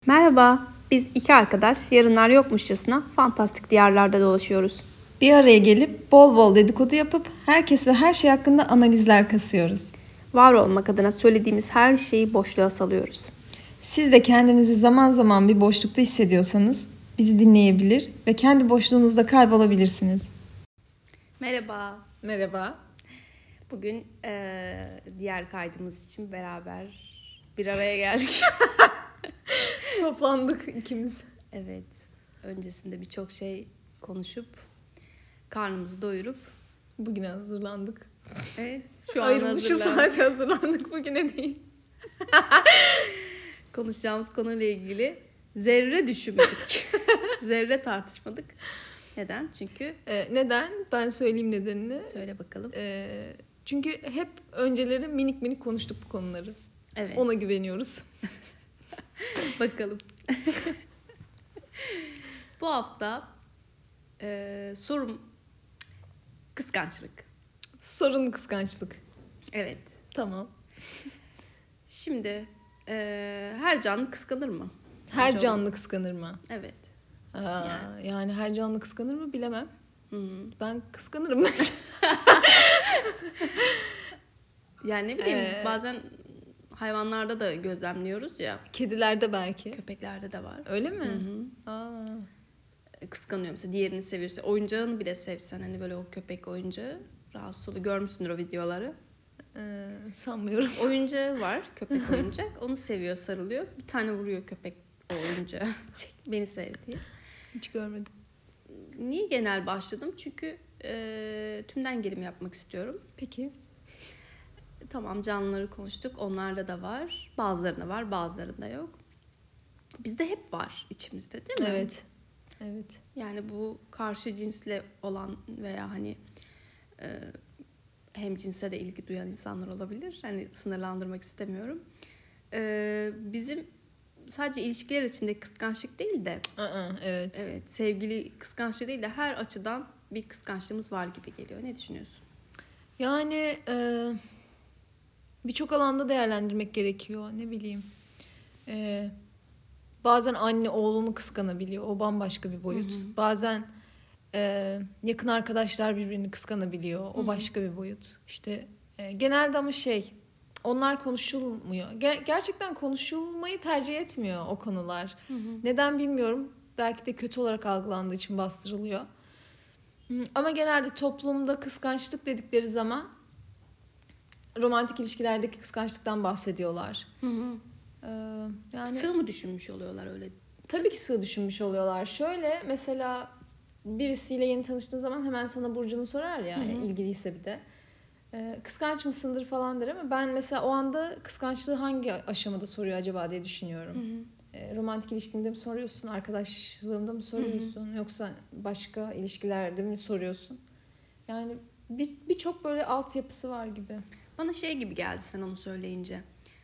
Merhaba, biz iki arkadaş yarınlar yokmuşçasına fantastik diyarlarda dolaşıyoruz. Bir araya gelip bol bol dedikodu yapıp herkes ve her şey hakkında analizler kasıyoruz. Var olmak adına söylediğimiz her şeyi boşluğa salıyoruz. Siz de kendinizi zaman zaman bir boşlukta hissediyorsanız bizi dinleyebilir ve kendi boşluğunuzda kaybolabilirsiniz. Merhaba, Merhaba. bugün diğer kaydımız için beraber bir araya geldik. Toplandık ikimiz. Evet, öncesinde birçok şey konuşup, karnımızı doyurup. Bugüne hazırlandık. Evet, şu an Ayrılmışız hazırlandık. sadece hazırlandık bugüne değil. Konuşacağımız konuyla ilgili zerre düşünmedik. Zerre tartışmadık. Neden? Çünkü... Neden? Ben söyleyeyim nedenini. Söyle bakalım. Çünkü hep önceleri minik minik konuştuk bu konuları. Evet. Ona güveniyoruz. Bakalım. Bu hafta sorum kıskançlık. Sorun kıskançlık. Evet. Tamam. Şimdi her canlı kıskanır mı? Her Bence canlı kıskanır mı? Evet. Yani her canlı kıskanır mı bilemem. Hı-hı. Ben kıskanırım mesela. Yani ne bileyim bazen hayvanlarda da gözlemliyoruz ya. Kedilerde belki. Köpeklerde de var. Öyle mi? Hı-hı. Aa. Kıskanıyor mesela, diğerini seviyorsa, oyuncağını bile sevsen, hani böyle o köpek oyuncağı rahatsız oluyor. Görmüşsündür o videoları. Sanmıyorum. Oyuncağı var, köpek oyuncak. Onu seviyor, sarılıyor. Bir tane vuruyor köpek oyuncağı. Beni sev diye. Hiç görmedim. Niye genel başladım? Çünkü tümden gelim yapmak istiyorum. Peki. Tamam, canlıları konuştuk. Onlarda da var. Bazılarında var, bazılarında yok. Bizde hep var içimizde, değil mi? Evet. Evet. Yani bu karşı cinsle olan veya hani hem cinse de ilgi duyan insanlar olabilir. Hani sınırlandırmak istemiyorum. Bizim sadece ilişkiler içinde kıskançlık değil de Evet. evet, sevgili kıskançlığı değil de her açıdan bir kıskançlığımız var gibi geliyor. Ne düşünüyorsun? Yani birçok alanda değerlendirmek gerekiyor. Ne bileyim. Bazen anne oğlunu kıskanabiliyor. O bambaşka bir boyut. Hı-hı. Bazen yakın arkadaşlar birbirini kıskanabiliyor. O Hı-hı. başka bir boyut. İşte genelde ama onlar konuşulmuyor. Gerçekten konuşulmayı tercih etmiyor o konular. Hı-hı. Neden bilmiyorum. Belki de kötü olarak algılandığı için bastırılıyor. Ama genelde toplumda kıskançlık dedikleri zaman romantik ilişkilerdeki kıskançlıktan bahsediyorlar. Hı-hı. Yani Sığ mı düşünmüş oluyorlar öyle? tabii ki sığ düşünmüş oluyorlar. Şöyle mesela birisiyle yeni tanıştığın zaman hemen sana burcunu sorar ya, yani ilgiliyse bir de. Kıskanç mısındır falan der ama ben mesela o anda kıskançlığı hangi aşamada soruyor acaba diye düşünüyorum. Romantik ilişkimde mi soruyorsun, arkadaşlığımda mı soruyorsun, yoksa başka ilişkilerde mi soruyorsun? Yani birçok böyle altyapısı var gibi. Bana şey gibi geldi sen onu söyleyince.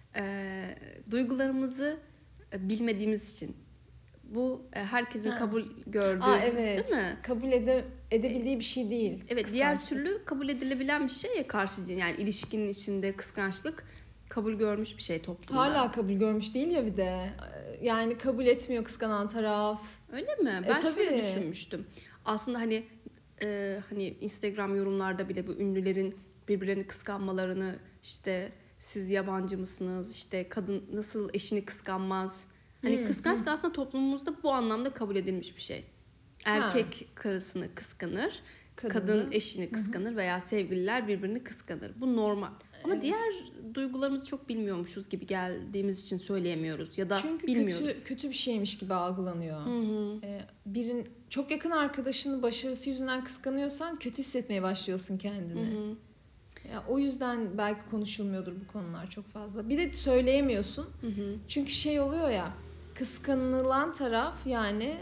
Duygularımızı bilmediğimiz için. Bu herkesin kabul gördüğü, evet. değil mi? Kabul edebildiği bir şey değil. Evet, diğer türlü kabul edilebilen bir şey ya karşı cins. Yani ilişkinin içinde kıskançlık kabul görmüş bir şey toplumda. Hala kabul görmüş değil ya bir de. Yani kabul etmiyor kıskanan taraf. Öyle mi? Ben tabii. şöyle düşünmüştüm. Aslında hani Instagram yorumlarda bile bu ünlülerin birbirlerini kıskanmalarını, işte siz yabancı mısınız? İşte kadın nasıl eşini kıskanmaz? Hani kıskançlık aslında toplumumuzda bu anlamda kabul edilmiş bir şey. Erkek karısını kıskanır, kadın eşini kıskanır veya sevgililer birbirini kıskanır. Bu normal. Ama diğer duygularımızı çok bilmiyormuşuz gibi geldiğimiz için söyleyemiyoruz ya da çünkü bilmiyoruz. kötü bir şeymiş gibi algılanıyor. Çok yakın arkadaşının başarısı yüzünden kıskanıyorsan kötü hissetmeye başlıyorsun kendini. Ya, o yüzden belki konuşulmuyordur bu konular çok fazla. Bir de söyleyemiyorsun. Çünkü oluyor ya, kıskanılan taraf, yani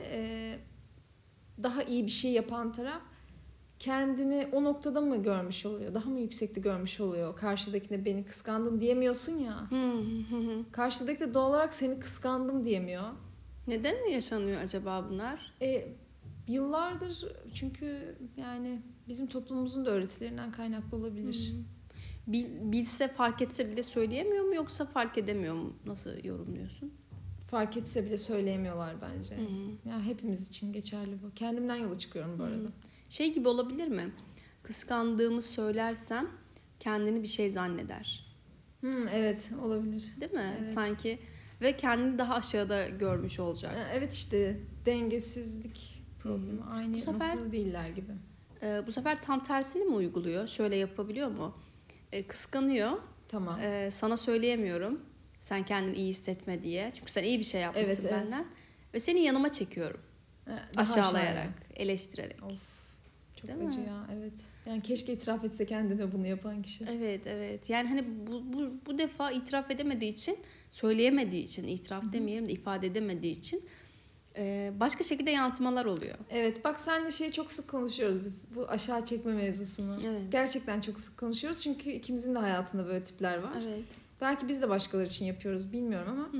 daha iyi bir şey yapan taraf kendini o noktada mı görmüş oluyor? Daha mı yüksekte görmüş oluyor? Karşıdakine beni kıskandın diyemiyorsun ya. Karşıdaki de doğal olarak seni kıskandım diyemiyor. Neden yaşanıyor acaba bunlar? Yıllardır, çünkü yani bizim toplumumuzun da öğretilerinden kaynaklı olabilir. Bilse, fark etse bile söyleyemiyor mu, yoksa fark edemiyor mu? Nasıl yorumluyorsun? fark etse bile söyleyemiyorlar bence. Yani hepimiz için geçerli bu. Kendimden yola çıkıyorum bu arada. Şey gibi olabilir mi? Kıskandığımı söylersem kendini bir şey zanneder. Evet, olabilir. Değil mi? Evet. Sanki ve kendini daha aşağıda görmüş olacak. Evet, işte dengesizlik problemi. Aynı Bu sefer- noktada değiller gibi. Bu sefer tam tersini mi uyguluyor? Şöyle yapabiliyor mu? Kıskanıyor. Tamam. Sana söyleyemiyorum. Sen kendini iyi hissetme diye. Çünkü sen iyi bir şey yapmışsın Evet, evet. benden. Ve seni yanıma çekiyorum. Daha Aşağılayarak, aşağıya. eleştirerek. Of. Çok Değil acı mi? ya, evet. Yani keşke itiraf etse kendine bunu yapan kişi. Evet, evet. Yani hani bu defa itiraf edemediği için, söyleyemediği için, itiraf demeyelim de ifade edemediği için başka şekilde yansımalar oluyor. Evet, bak senle şeyi çok sık konuşuyoruz biz. Bu aşağı çekme mevzusunu. Evet. Gerçekten çok sık konuşuyoruz. Çünkü ikimizin de hayatında böyle tipler var. Evet. Belki biz de başkaları için yapıyoruz, bilmiyorum ama.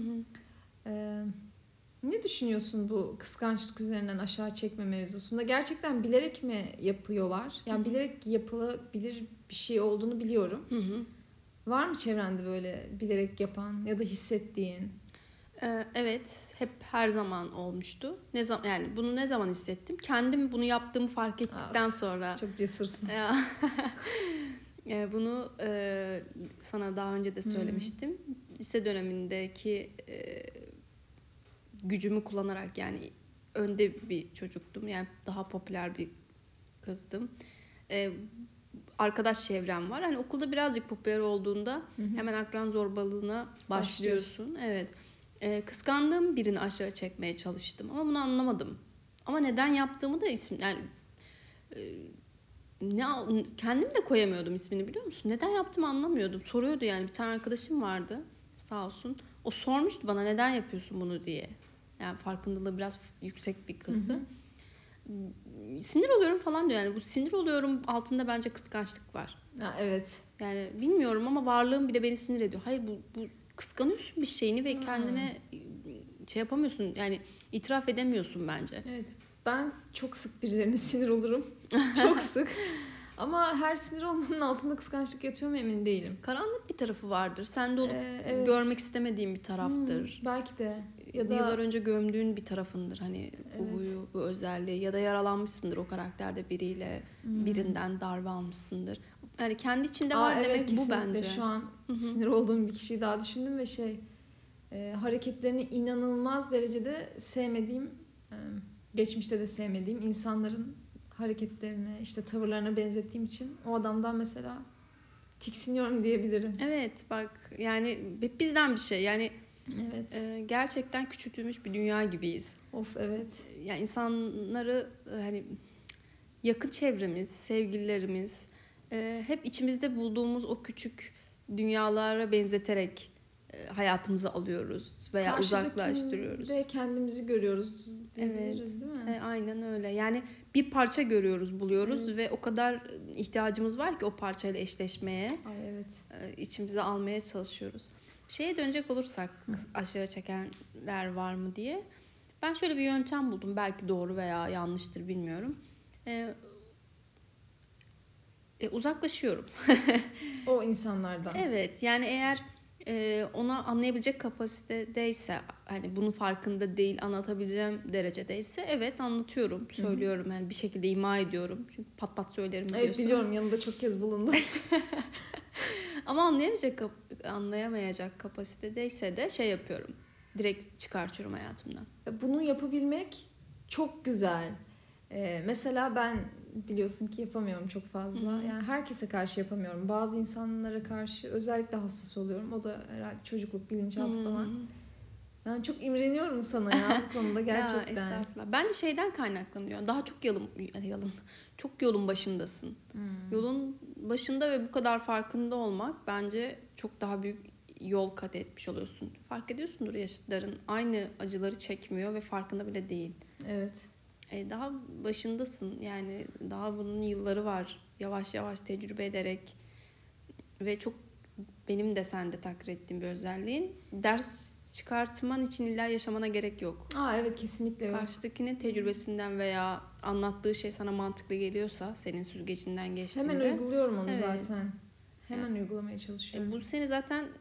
Ne düşünüyorsun bu kıskançlık üzerinden aşağı çekme mevzusunda? Gerçekten bilerek mi yapıyorlar? Yani bilerek yapılabilir bir şey olduğunu biliyorum. Var mı çevrende böyle bilerek yapan ya da hissettiğin? Evet, hep her zaman olmuştu. Ne zaman, yani bunu ne zaman hissettim? Kendim bunu yaptığımı fark ettikten sonra. Çok cesursun. Bunu sana daha önce de söylemiştim. Lise dönemindeki gücümü kullanarak, yani önde bir çocuktum. Yani daha popüler bir kızdım. Arkadaş çevrem var. Hani okulda birazcık popüler olduğunda hemen akran zorbalığına başlıyorsun. Evet. Kıskandığım birini aşağı çekmeye çalıştım ama bunu anlamadım. Ama neden yaptığımı da kendim de koyamıyordum ismini, biliyor musun? Neden yaptığımı anlamıyordum. Soruyordu yani, bir tane arkadaşım vardı sağ olsun. O sormuştu bana neden yapıyorsun bunu diye. Yani farkındalığı biraz yüksek bir kızdı. Sinir oluyorum falan diyor. Yani bu sinir oluyorum altında bence kıskançlık var. Evet. Yani bilmiyorum ama varlığım bile beni sinir ediyor. Hayır, bu kıskanıyorsun bir şeyini ve kendine şey yapamıyorsun. Yani itiraf edemiyorsun bence. Evet. Ben çok sık birilerine sinir olurum. Çok sık. Ama her sinir olmanın altında kıskançlık yatıyor mu emin değilim. Karanlık bir tarafı vardır. Sen de onu Evet. görmek istemediğin bir taraftır. Belki de. Ya da Yıllar önce gömdüğün bir tarafındır. Hani bu Evet. huyu, bu özelliği, ya da yaralanmışsındır o karakterde biriyle, birinden darbe almışsındır. Yani kendi içinde var evet, demek bu kesinlikle. bence. Şu an sinir olduğum bir kişiyi daha düşündüm ve hareketlerini inanılmaz derecede sevmediğim, geçmişte de sevmediğim insanların hareketlerine, işte tavırlarına benzettiğim için o adamdan mesela tiksiniyorum diyebilirim. Evet, bak yani hep bizden bir şey. Yani Evet. gerçekten küçültülmüş bir dünya gibiyiz. Of, evet. Yani insanları hani yakın çevremiz, sevgililerimiz hep içimizde bulduğumuz o küçük dünyalara benzeterek hayatımıza alıyoruz veya uzaklaştırıyoruz. Karşıdakinde kendimizi görüyoruz diyebiliriz, değil mi? Aynen öyle. Yani bir parça görüyoruz, buluyoruz Evet. ve o kadar ihtiyacımız var ki o parçayla eşleşmeye, Ay, evet. içimize almaya çalışıyoruz. Şeye dönecek olursak, aşağı çekenler var mı diye. Ben şöyle bir yöntem buldum. Belki doğru veya yanlıştır, bilmiyorum. Uzaklaşıyorum. O insanlardan. Evet, yani eğer ona anlayabilecek kapasitedeyse, hani bunun farkında değil, anlatabileceğim derecedeyse, evet anlatıyorum, söylüyorum, yani bir şekilde ima ediyorum. Çünkü pat pat söylerim, biliyorsun. Evet, biliyorum, yanında çok kez bulundum. Ama anlayamayacak kapasitedeyse de şey yapıyorum. Direkt çıkartıyorum hayatımdan. Bunu yapabilmek çok güzel. Mesela ben biliyorsun ki yapamıyorum çok fazla. Yani herkese karşı yapamıyorum. Bazı insanlara karşı özellikle hassas oluyorum. O da herhalde çocukluk, bilinçaltı falan. Yani çok imreniyorum sana ya bu konuda gerçekten. Ya, estağfurullah. Bence şeyden kaynaklanıyor. Daha çok çok yolun başındasın. Yolun başında ve bu kadar farkında olmak, bence çok daha büyük yol kat etmiş oluyorsun. Fark ediyorsundur, yaşıtların aynı acıları çekmiyor ve farkında bile değil. Evet. Daha başındasın, yani daha bunun yılları var. Yavaş yavaş tecrübe ederek ve çok, benim de sende takdir ettiğim bir özelliğin, ders çıkartman için illa yaşamana gerek yok. Evet, kesinlikle yok. Karşıdakinin tecrübesinden veya anlattığı şey sana mantıklı geliyorsa, senin süzgecinden geçtiğinde. Hemen uyguluyorum onu Evet. zaten. Hemen uygulamaya çalışıyorum. Bu seni zaten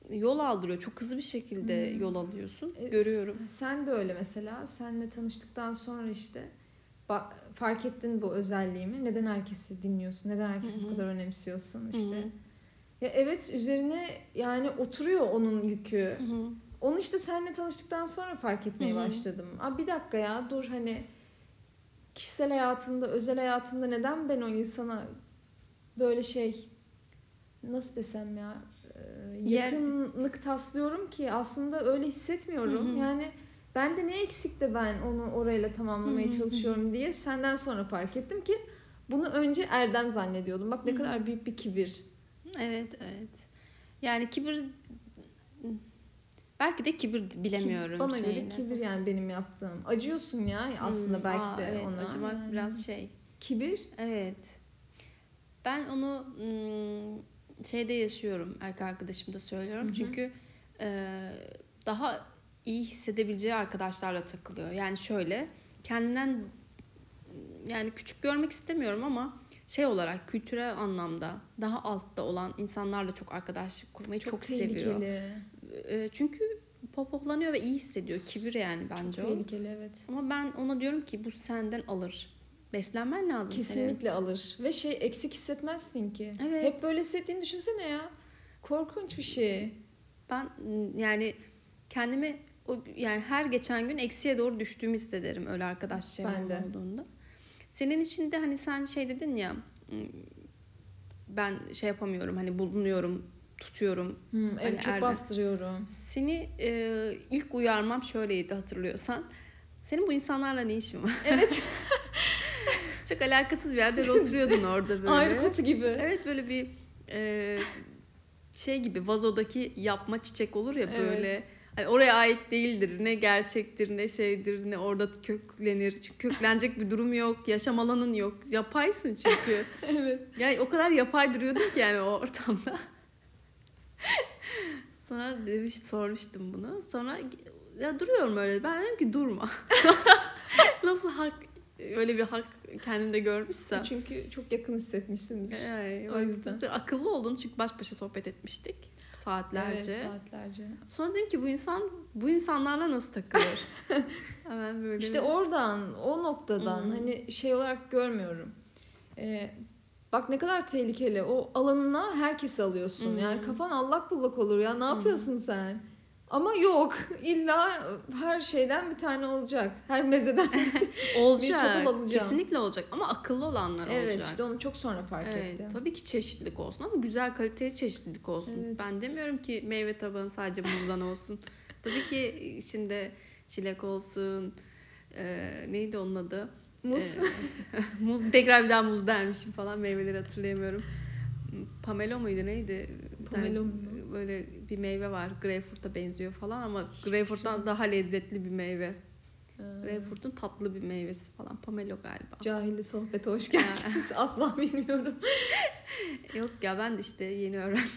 yol aldırıyor. Çok hızlı bir şekilde yol alıyorsun. E, Görüyorum. Sen de öyle mesela. Seninle tanıştıktan sonra işte fark ettin bu özelliğimi. Neden herkesi dinliyorsun? Neden herkesi bu kadar önemsiyorsun işte. Ya evet, üzerine yani oturuyor onun yükü. Onu işte seninle tanıştıktan sonra fark etmeye başladım. Bir dakika ya, dur, hani kişisel hayatımda, özel hayatımda neden ben o insana böyle nasıl desem ya, yakınlık taslıyorum ki aslında öyle hissetmiyorum. Yani bende ne eksik de ben onu orayla tamamlamaya çalışıyorum diye senden sonra fark ettim ki bunu önce erdem zannediyordum. Bak ne kadar büyük bir kibir. Evet. Yani kibir, belki de kibir, bilemiyorum. Bana göre kibir yani benim yaptığım. Acıyorsun ya aslında belki de evet, ona. acımak yani. biraz Kibir. Evet. Ben onu şeyde yaşıyorum. Erkek arkadaşım da söylüyorum. Çünkü daha iyi hissedebileceği arkadaşlarla takılıyor. Yani şöyle, kendinden yani küçük görmek istemiyorum ama olarak, kültürel anlamda daha altta olan insanlarla çok arkadaşlık kurmayı çok seviyor. Çünkü pohpohlanıyor ve iyi hissediyor. Kibir yani bence çok tehlikeli, evet. Ama ben ona diyorum ki bu senden alır. Beslenmen lazım. Kesinlikle senin. Alır. Ve eksik hissetmezsin ki. Evet. Hep böyle hissettiğini düşünsene ya. Korkunç bir şey. Ben yani kendimi yani her geçen gün eksiye doğru düştüğümü hissederim öyle arkadaş çevrem olduğunda. Senin için de hani sen dedin ya, ben yapamıyorum, hani bulunuyorum, tutuyorum. Evet, çok bastırıyorum. Seni ilk uyarmam şöyleydi, hatırlıyorsan. Senin bu insanlarla ne işin var? Evet. Çok alakasız bir yerde oturuyordun orada böyle. Ayrı kutu gibi. Evet, böyle bir gibi, vazodaki yapma çiçek olur ya böyle. Evet. Hani oraya ait değildir. Ne gerçektir, ne şeydir, ne orada köklenir. Çünkü köklenecek bir durum yok. Yaşam alanın yok. Yapaysın çünkü. Evet. Yani o kadar yapay duruyordun ki yani o ortamda. Sonra sormuştum bunu. Sonra ya duruyorum öyle. Ben dedim ki durma. Nasıl öyle bir hak kendimde görmüşsem. Çünkü çok yakın hissetmişsindir. Yani, o yüzden. Akıllı oldun çünkü baş başa sohbet etmiştik saatlerce. Evet, saatlerce. Sonra dedim ki bu insanlarla nasıl takılır? Hemen böyle. İşte oradan, o noktadan hani olarak görmüyorum. Bak ne kadar tehlikeli. O alanına herkesi alıyorsun. Yani kafan allak bullak olur ya. Ne yapıyorsun sen? Ama yok. İlla her şeyden bir tane olacak. Her mezeden olacak. Bir çatal alacağım. Kesinlikle olacak. Ama akıllı olanlar olacak. Evet, işte onu çok sonra fark ettim. Tabii ki çeşitlilik olsun ama güzel, kaliteli çeşitlilik olsun. Evet. Ben demiyorum ki meyve tabanı sadece muzdan olsun. Tabii ki içinde çilek olsun. Neydi onun adı? Muz. Muz. Tekrar bir daha muz dermişim falan. Meyveleri hatırlayamıyorum. Pamelo muydu, neydi? Pamelo mu? Böyle bir meyve var. Greyfurt'a benziyor falan ama Greyfurt'tan daha lezzetli bir meyve. Greyfurt'un tatlı bir meyvesi falan. Pamelo galiba. Cahilli sohbete hoş geldiniz. Asla bilmiyorum. Yok ya, ben de işte yeni öğrendim.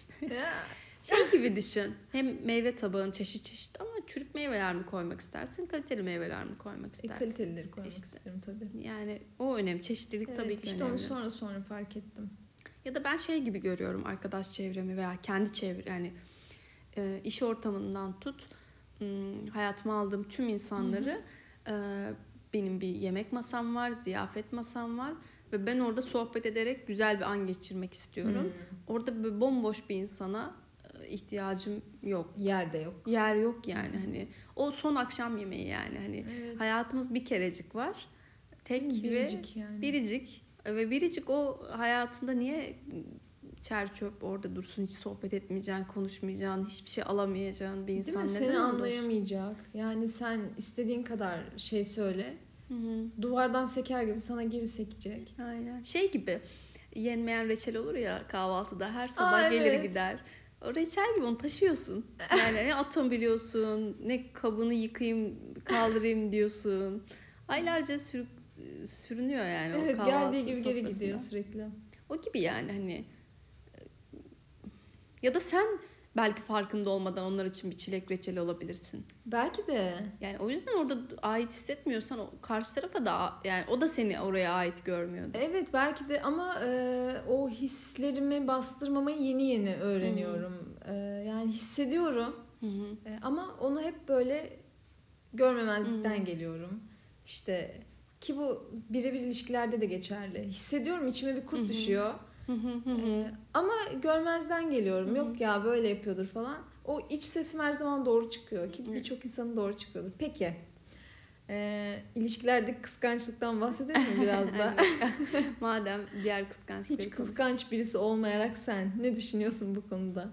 Gibi düşün. Hem meyve tabağın çeşit çeşit ama çürük meyveler mi koymak istersin? Kaliteli meyveler mi koymak istersin? Kalitelileri koymak isterim tabii. Yani o önemli. Çeşitlilik tabii ki işte önemli. Onu sonra fark ettim. Ya da ben gibi görüyorum arkadaş çevremi veya kendi yani iş ortamından tut, hayatıma aldığım tüm insanları, benim bir yemek masam var, ziyafet masam var ve ben orada sohbet ederek güzel bir an geçirmek istiyorum. Orada böyle bomboş bir insana ihtiyacım yok. Yer de yok. Yer yok yani, hani o son akşam yemeği yani, hani hayatımız bir kerecik var. Tek biricik ve yani. Biricik o hayatında niye çer çöp orada dursun, hiç sohbet etmeyeceksin, konuşmayacaksın, hiçbir şey alamayacaksın bir insan. Değil mi? Seni anlayamayacak. Yani sen istediğin kadar söyle. Duvardan seker gibi sana geri sekecek. Aynen. Gibi, yenmeyen reçel olur ya kahvaltıda, her sabah gelir gider. O reçel gibi onu taşıyorsun. Yani ne atabiliyorsun, ne kabını yıkayayım, kaldırayım diyorsun. Aylarca sürünüyor yani o kahvaltı geldiği gibi sofrasına. Geri gidiyor sürekli. O gibi yani, hani ya da sen belki farkında olmadan onlar için bir çilek reçeli olabilirsin. Belki de. Yani o yüzden orada ait hissetmiyorsan o karşı tarafa da yani o da seni oraya ait görmüyordu. Evet belki de ama o hislerimi bastırmamayı yeni yeni öğreniyorum. Yani hissediyorum. Ama onu hep böyle görmemezlikten geliyorum. İşte ki bu birebir ilişkilerde de geçerli. Hissediyorum, içime bir kurt düşüyor. Ama görmezden geliyorum. Yok ya böyle yapıyordur falan. O iç sesim her zaman doğru çıkıyor ki birçok insanın doğru çıkıyordur. Peki. İlişkilerdeki kıskançlıktan bahsedelim mi biraz da? Madem diğer kıskançlıkları Hiç kıskanç birisi olmayarak sen ne düşünüyorsun bu konuda?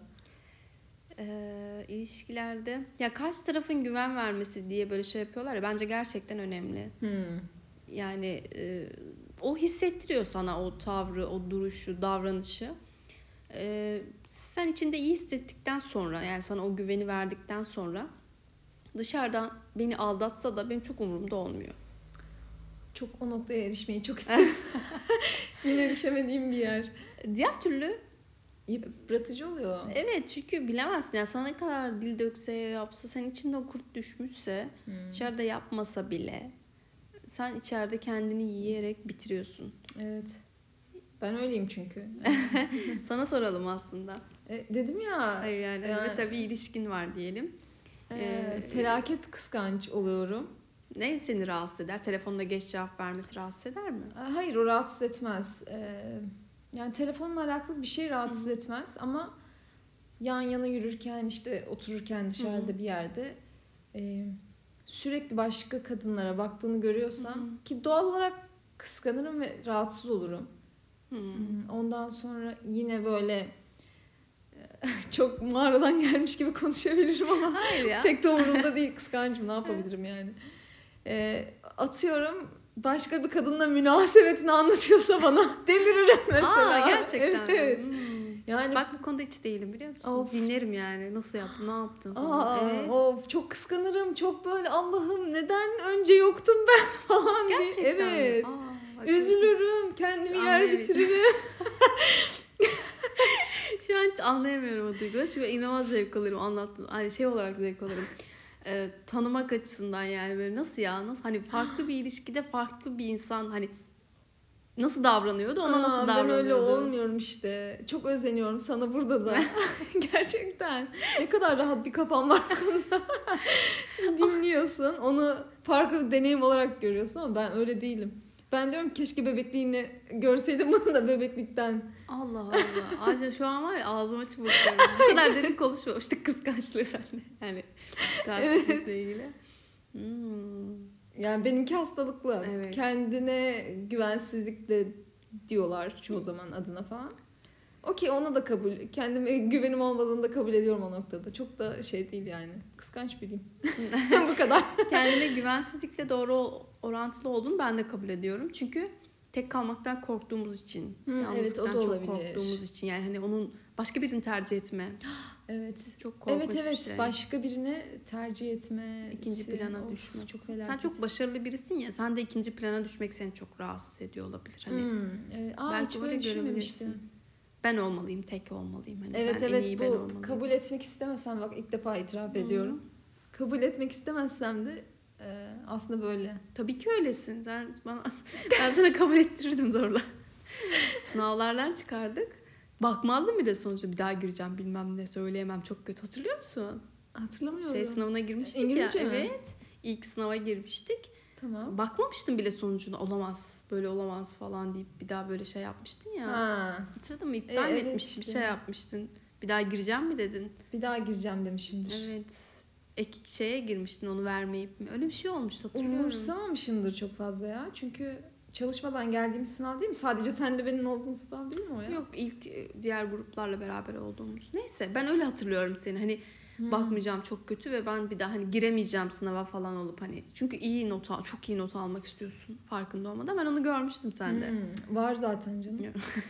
İlişkilerde ya karşı tarafın güven vermesi diye böyle şey yapıyorlar ya, bence gerçekten önemli. Yani o hissettiriyor sana o tavrı, o duruşu, davranışı. Sen içinde iyi hissettikten sonra, yani sana o güveni verdikten sonra dışarıdan beni aldatsa da benim çok umurumda olmuyor. Çok o noktaya erişmeyi çok istedim. Yine erişemediğim bir yer. Diğer türlü yıpratıcı oluyor. Evet, çünkü bilemezsin yani sana ne kadar dil dökse yapsa, senin içinde o kurt düşmüşse dışarıda yapmasa bile sen içeride kendini yiyerek bitiriyorsun. Evet. Ben öyleyim çünkü. Sana soralım aslında. Dedim ya. Hayır yani mesela bir ilişkin var diyelim. Felaket kıskanç oluyorum. Ne seni rahatsız eder? Telefonda geç cevap vermesi rahatsız eder mi? Hayır, o rahatsız etmez. Yani telefonla alakalı bir şey rahatsız etmez ama yan yana yürürken, işte otururken dışarıda bir yerde sürekli başka kadınlara baktığını görüyorsam ki doğal olarak kıskanırım ve rahatsız olurum. Ondan sonra yine böyle çok mağaradan gelmiş gibi konuşabilirim ama hayır ya. Pek de umurumda değil, kıskancım, ne yapabilirim yani. Atıyorum başka bir kadınla münasebetini anlatıyorsa bana deliririm mesela. Gerçekten. Evet. Yani bak bu konuda hiç değilim, biliyor musun? Of. Dinlerim yani. Nasıl yaptın? Ne yaptın? Evet. Of, çok kıskanırım. Çok böyle Allah'ım neden önce yoktum ben falan diye. Gerçekten. Evet. Üzülürüm. Kendimi yer bitiririm. Şu an hiç anlayamıyorum o duyguları. Çünkü inanılmaz zevk alırım anlattım. Hani şey olarak zevk alırım. Tanımak açısından yani böyle nasıl ya? Nasıl hani farklı bir ilişkide farklı bir insan hani nasıl davranıyordu, ona nasıl davranıyordu? Ben öyle olmuyorum işte. Çok özeniyorum sana burada da. Gerçekten. Ne kadar rahat bir kafan var bu konuda. Dinliyorsun. Onu farklı bir deneyim olarak görüyorsun ama ben öyle değilim. Ben diyorum keşke bebekliğini görseydim, bunu da bebeklikten. Allah Allah. Ayrıca şu an var ya, ağzım açıp bakıyorum. Bu kadar derin konuşmamıştık kıskançlığı seninle. Yani karşılaşmasıyla ilgili. Yani benimki hastalıklı. Evet. Kendine güvensizlikle diyorlar çoğu zaman adına falan. Okey, onu da kabul. Kendime güvenim olmadığını da kabul ediyorum o noktada. Çok da şey değil yani. Kıskanç biriyim. Bu kadar. Kendine güvensizlikle doğru orantılı olduğunu ben de kabul ediyorum. Çünkü tek kalmaktan korktuğumuz için. Evet, o da olabilir. Çok korktuğumuz için. Yani hani onun başka birini tercih etme. Evet. Çok korkunç evet, bir şey. başka birini tercih etme. İkinci plana düşme. Çok felaket. Sen çok başarılı birisin ya. Sen de ikinci plana düşmek seni çok rahatsız ediyor olabilir. Hani belki hiç böyle düşünmemiştim. Ben olmalıyım, tek olmalıyım. Hani evet, bu kabul etmek istemesem, bak ilk defa itiraf ediyorum. Kabul etmek istemezsem de aslında böyle. Tabii ki öylesin. Ben sana kabul ettirirdim zorla. Sınavlardan çıkardık. Bakmazdım bile sonuçta, bir daha gireceğim bilmem ne, söyleyemem, çok kötü. Hatırlıyor musun? Hatırlamıyorum. Sınavına girmiştik İngilizce ya. mi? Evet. İlk sınava girmiştik. Tamam. Bakmamıştım bile sonucuna, olamaz, böyle olamaz falan deyip bir daha böyle şey yapmıştın ya. Hatırladın mı? İptal mi etmiştin? Bir şey yapmıştın. Bir daha gireceğim mi dedin? Bir daha gireceğim demişimdir. Evet. Şeye girmiştin, onu vermeyip mi? Öyle bir şey olmuştu, hatırlıyorum. Umursamamışımdır çok fazla ya. Çünkü çalışmadan geldiğim sınav değil mi? Sadece sen de benim olduğun sınav değil mi o ya? Yok, ilk diğer gruplarla beraber olduğumuz. Neyse, ben öyle hatırlıyorum seni. Hani bakmayacağım, çok kötü ve ben bir daha hani giremeyeceğim sınava falan olup hani. Çünkü çok iyi not almak istiyorsun farkında olmadan. Ben onu görmüştüm sende. Var zaten canım.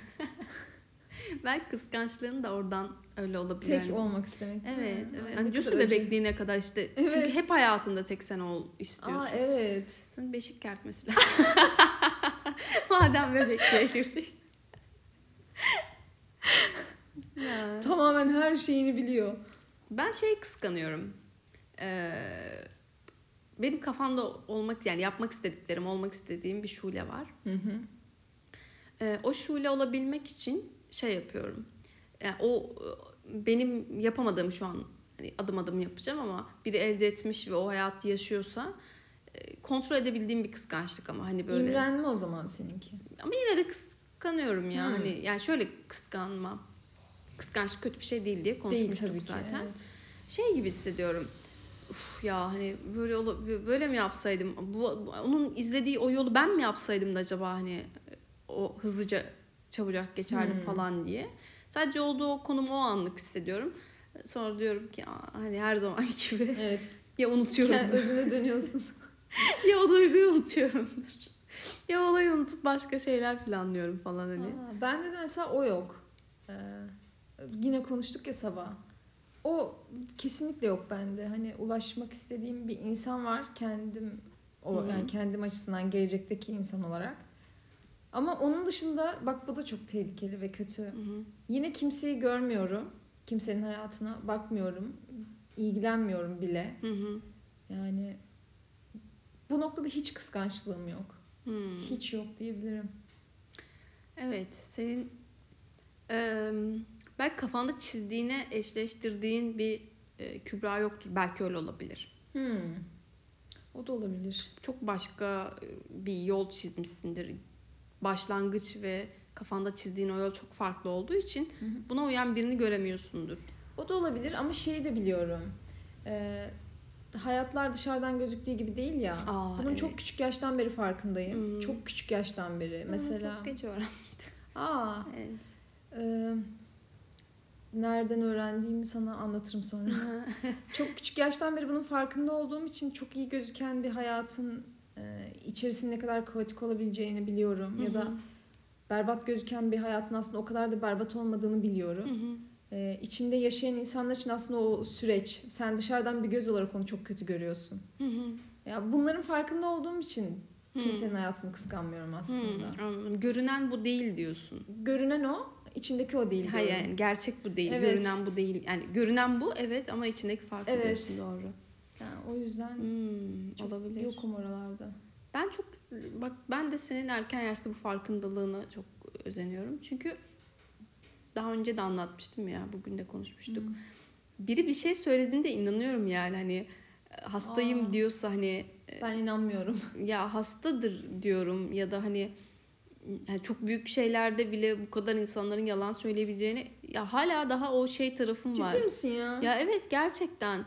Belki kıskançlığın da oradan öyle olabilir. Tek olmak istemek. Evet. Hani diyorsun bebekliğine kadar işte. Evet. Çünkü hep hayatında tek sen ol istiyorsun. Evet. Senin beşik kertmesi lazım. Madem bebekliğe girdik. Ya. Tamamen her şeyini biliyor. Ben kıskanıyorum. Benim kafamda yani yapmak istediklerim, olmak istediğim bir şule var. Hı hı. O şule olabilmek için yapıyorum. Yani o benim yapamadığım şu an hani adım adım yapacağım ama biri elde etmiş ve o hayatı yaşıyorsa kontrol edebildiğim bir kıskançlık ama hani böyle. İmrenme o zaman seninki. Ama yine de kıskanıyorum ya. Hani yani şöyle kıskanma. Kıskançlık kötü bir şey değil diye konuşmuştuk Değil tabii zaten. ki, evet. Gibi hissediyorum. Uf ya hani böyle mi yapsaydım? Onun izlediği o yolu ben mi yapsaydım da acaba hani o hızlıca çabucak geçerdim falan diye. Sadece olduğu o konum o anlık hissediyorum. Sonra diyorum ki hani her zaman gibi Evet. ya unutuyorum. Özüne dönüyorsun. Ya o duyguyu unutuyorumdur. Ya olayı unutup başka şeyler planlıyorum falan hani. Bende de mesela o yok. Yine konuştuk ya sabah. O kesinlikle yok bende. Hani ulaşmak istediğim bir insan var yani kendim açısından gelecekteki insan olarak. Ama onun dışında bak bu da çok tehlikeli ve kötü. Hı-hı. Yine kimseyi görmüyorum. Kimsenin hayatına bakmıyorum. İlgilenmiyorum bile. Hı-hı. Yani bu noktada hiç kıskançlığım yok. Hiç yok diyebilirim. Evet, senin belki kafanda çizdiğine eşleştirdiğin bir Kübra yoktur. Belki öyle olabilir. O da olabilir. Çok başka bir yol çizmişsindir. Başlangıç ve kafanda çizdiğin o yol çok farklı olduğu için buna uyan birini göremiyorsundur. O da olabilir ama şeyi de biliyorum. Hayatlar dışarıdan gözüktüğü gibi değil ya. Bunun çok küçük yaştan beri farkındayım. Çok küçük yaştan beri. Mesela. Çok geç öğrenmiştim. Evet. Nereden öğrendiğimi sana anlatırım sonra. Çok küçük yaştan beri bunun farkında olduğum için çok iyi gözüken bir hayatın içerisinde ne kadar kaotik olabileceğini biliyorum. Ya da berbat gözüken bir hayatın aslında o kadar da berbat olmadığını biliyorum. İçinde yaşayan insanlar için aslında o süreç, sen dışarıdan bir göz olarak onu çok kötü görüyorsun. Ya bunların farkında olduğum için kimsenin hayatını kıskanmıyorum aslında. Anladım. Görünen bu değil diyorsun. Görünen o, içindeki o değil diyorum. Hayır yani gerçek bu değil. Evet. Görünen bu değil. Yani görünen bu evet ama içindeki farklı diyorsun, doğru. Yani o yüzden çok olabilir. Yokum oralarda. Ben de senin erken yaşta bu farkındalığına çok özeniyorum. Çünkü daha önce de anlatmıştım ya, bugün de konuşmuştuk. Biri bir şey söylediğinde inanıyorum yani hani hastayım diyorsa hani ben inanmıyorum. Ya hastadır diyorum ya da hani yani çok büyük şeylerde bile bu kadar insanların yalan söyleyebileceğini ya hala daha o tarafım var. Ciddi misin ya? Ya evet gerçekten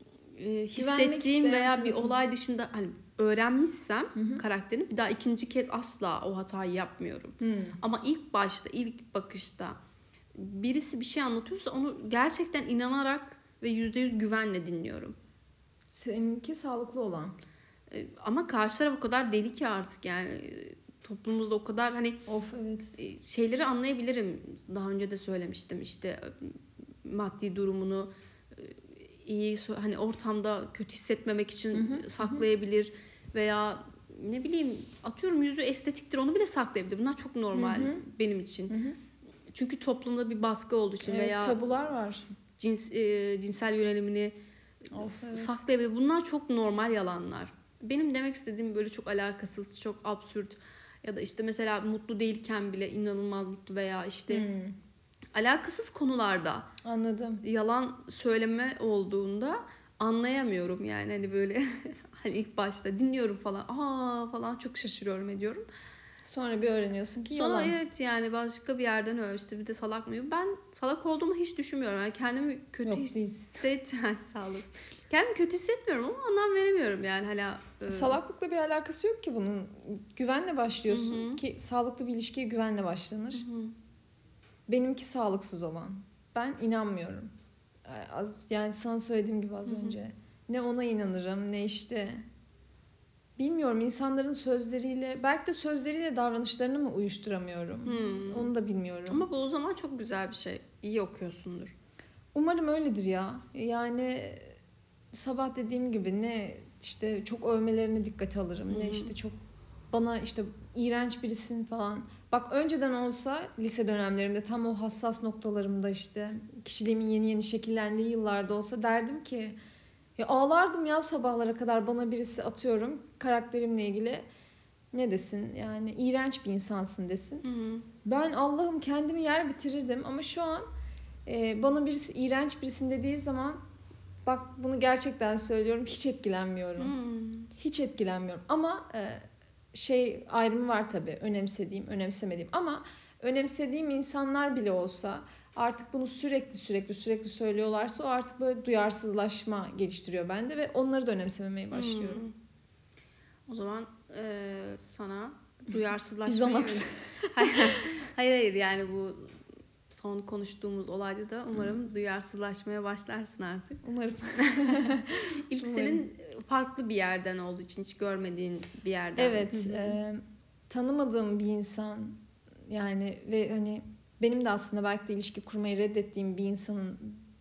hissettiğim veya bir olay dışında hani öğrenmişsem karakterini bir daha ikinci kez asla o hatayı yapmıyorum. Ama ilk bakışta birisi bir şey anlatıyorsa onu gerçekten inanarak ve %100 güvenle dinliyorum. Seninki sağlıklı olan. Ama karşı taraf o kadar deli ki artık yani toplumumuzda o kadar hani evet. Şeyleri anlayabilirim. Daha önce de söylemiştim işte maddi durumunu iyi hani ortamda kötü hissetmemek için saklayabilir veya ne bileyim atıyorum yüzü estetiktir onu bile saklayabilir. Bunlar çok normal benim için. Çünkü toplumda bir baskı olduğu için veya tabular var. Cinsel yönelimini saklayabilir. Bunlar çok normal yalanlar. Benim demek istediğim böyle çok alakasız, çok absürt ya da işte mesela mutlu değilken bile inanılmaz mutlu veya işte alakasız konularda anladım. Yalan söyleme olduğunda anlayamıyorum yani hani böyle hani ilk başta dinliyorum falan falan çok şaşırıyorum ediyorum. Sonra bir öğreniyorsun ki Sonra yalan. evet yani başka bir yerden işte bir de salak mıyım? Ben salak olduğumu hiç düşünmüyorum. Yani kendimi kötü sağ olasın. Kendimi kötü hissetmiyorum ama anlam veremiyorum yani hala. Salaklıkla bir alakası yok ki bunun. Güvenle başlıyorsun ki sağlıklı bir ilişkiye güvenle başlanır. Benimki sağlıksız olan. Ben inanmıyorum. Yani sana söylediğim gibi az önce. Ne ona inanırım ne işte bilmiyorum insanların sözleriyle belki de sözleriyle davranışlarını mı uyuşturamıyorum. Onu da bilmiyorum. Ama bu o zaman çok güzel bir şey. İyi okuyorsundur. Umarım öyledir ya. Yani sabah dediğim gibi ne işte çok övmelerine dikkate alırım. Ne işte çok bana işte iğrenç birisin falan. Bak önceden olsa lise dönemlerimde tam o hassas noktalarımda işte kişiliğimin yeni yeni şekillendiği yıllarda olsa derdim ki ya ağlardım ya sabahlara kadar bana birisi atıyorum karakterimle ilgili ne desin yani iğrenç bir insansın desin. Hı hı. Ben Allah'ım kendimi yer bitirirdim ama şu an bana birisi iğrenç birisin dediği zaman bak bunu gerçekten söylüyorum hiç etkilenmiyorum. Hiç etkilenmiyorum ama şey ayrımı var tabii önemsediğim önemsemediğim ama önemsediğim insanlar bile olsa artık bunu sürekli söylüyorlarsa o artık böyle duyarsızlaşma geliştiriyor bende ve onları da önemsememeye başlıyorum. O zaman sana Bir duyarsızlaşmayı... Xanax. Hayır yani bu son konuştuğumuz olayda da umarım duyarsızlaşmaya başlarsın artık. Umarım. İlk senin farklı bir yerden olduğu için, hiç görmediğin bir yerden. Evet, tanımadığım bir insan yani ve hani benim de aslında belki de ilişki kurmayı reddettiğim bir insanın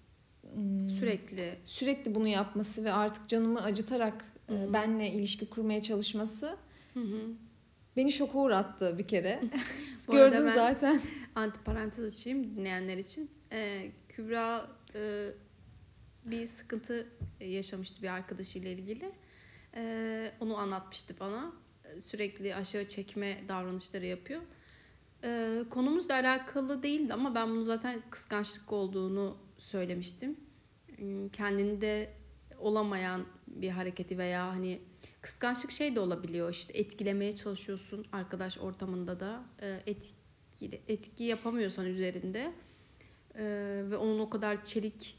sürekli bunu yapması ve artık canımı acıtarak benle ilişki kurmaya çalışması beni şoka uğrattı bir kere. Gördün zaten. Antiparantez açayım dinleyenler için. Kübra bir sıkıntı yaşamıştı bir arkadaşıyla ilgili. Onu anlatmıştı bana. Sürekli aşağı çekme davranışları yapıyor. Konumuzla alakalı değildi ama ben bunu zaten kıskançlık olduğunu söylemiştim. Kendinde olamayan bir hareketi veya hani kıskançlık şey de olabiliyor, işte etkilemeye çalışıyorsun arkadaş ortamında da etki yapamıyorsan üzerinde ve onun o kadar çelik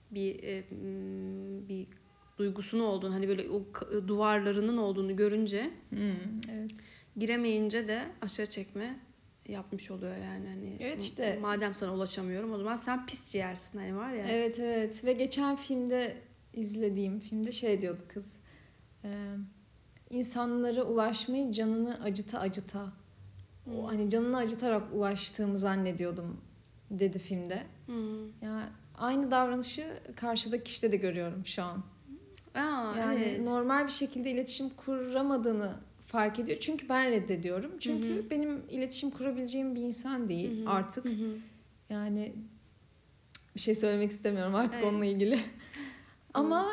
bir duygusunun olduğunu, hani böyle o duvarlarının olduğunu görünce evet. giremeyince de aşağı çekme yapmış oluyor yani, hani evet işte madem sana ulaşamıyorum o zaman sen pis ciğersin, hani var ya. Evet ve geçen izlediğim filmde şey diyordu kız, insanlara ulaşmayı canını acıta o hani canını acıtarak ulaştığımı zannediyordum dedi filmde. Ya aynı davranışı karşıdaki kişide de görüyorum şu an. Yani evet. Normal bir şekilde iletişim kuramadığını fark ediyor. Çünkü ben reddediyorum. Çünkü benim iletişim kurabileceğim bir insan değil artık. Yani bir şey söylemek istemiyorum artık onunla ilgili. Ama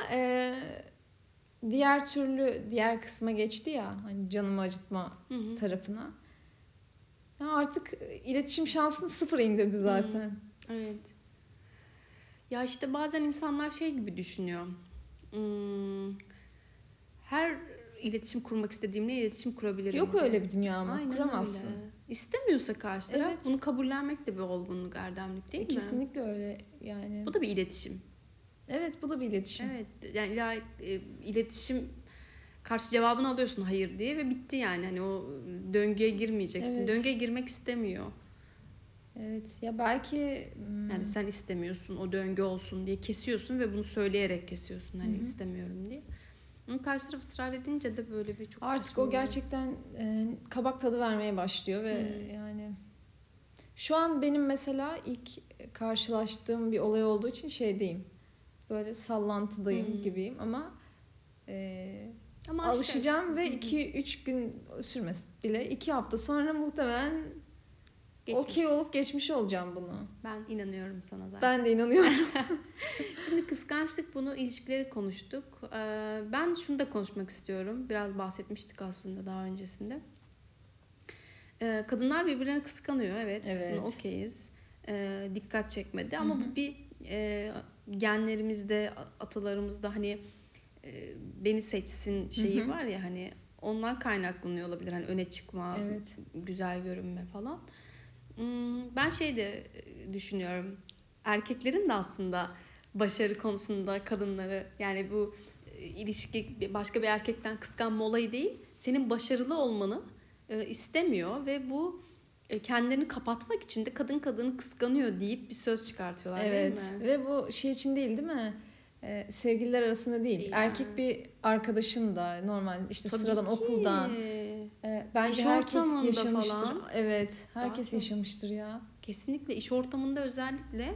diğer kısma geçti ya, hani canımı acıtma tarafına. Ya artık iletişim şansını sıfıra indirdi zaten. Evet. Ya işte bazen insanlar şey gibi düşünüyor. Her iletişim kurmak istediğimle iletişim kurabilirim. Yok diye. öyle bir dünya ama. Aynen kuramazsın. Öyle. İstemiyorsa karşı taraf bunu kabullenmek de bir olgunluk, erdemlik değil mi? Kesinlikle öyle yani. Bu da bir iletişim. Evet, bu da bir iletişim. Evet, yani iletişim karşı cevabını alıyorsun hayır diye ve bitti yani. Hani o döngüye girmeyeceksin. Evet. Döngüye girmek istemiyor. Evet ya belki yani sen istemiyorsun o döngü olsun diye kesiyorsun ve bunu söyleyerek kesiyorsun hani istemiyorum diye. Ama karşı taraf ısrar edince de böyle bir çok artık o gerçekten kabak tadı vermeye başlıyor ve yani şu an benim mesela ilk karşılaştığım bir olay olduğu için şeydeyim. Böyle sallantıdayım gibiyim ama alışacağım ve 2-3 gün sürmez bile 2 hafta sonra muhtemelen okey olup geçmiş olacağım bunu. Ben inanıyorum sana zaten. Ben de inanıyorum. Şimdi kıskançlık, bunu ilişkileri konuştuk. Ben şunu da konuşmak istiyorum. Biraz bahsetmiştik aslında daha öncesinde. Kadınlar birbirlerini kıskanıyor. Evet. Buna okeyiz. Dikkat çekmedi. Ama bu bir genlerimizde, atalarımızda hani beni seçsin şeyi var ya, hani ondan kaynaklanıyor olabilir. Hani öne çıkma, güzel görünme falan. Ben şey de düşünüyorum. Erkeklerin de aslında başarı konusunda kadınları, yani bu ilişki başka bir erkekten kıskanma olayı değil. Senin başarılı olmanı istemiyor ve bu kendilerini kapatmak için de kadın kadını kıskanıyor deyip bir söz çıkartıyorlar değil mi? Ve bu şey için değil mi? Sevgililer arasında değil. Erkek bir arkadaşın da normal işte tabii sıradan okuldan. Bence herkes yaşamıştır. Falan. Evet, herkes yaşamıştır ya. Kesinlikle iş ortamında özellikle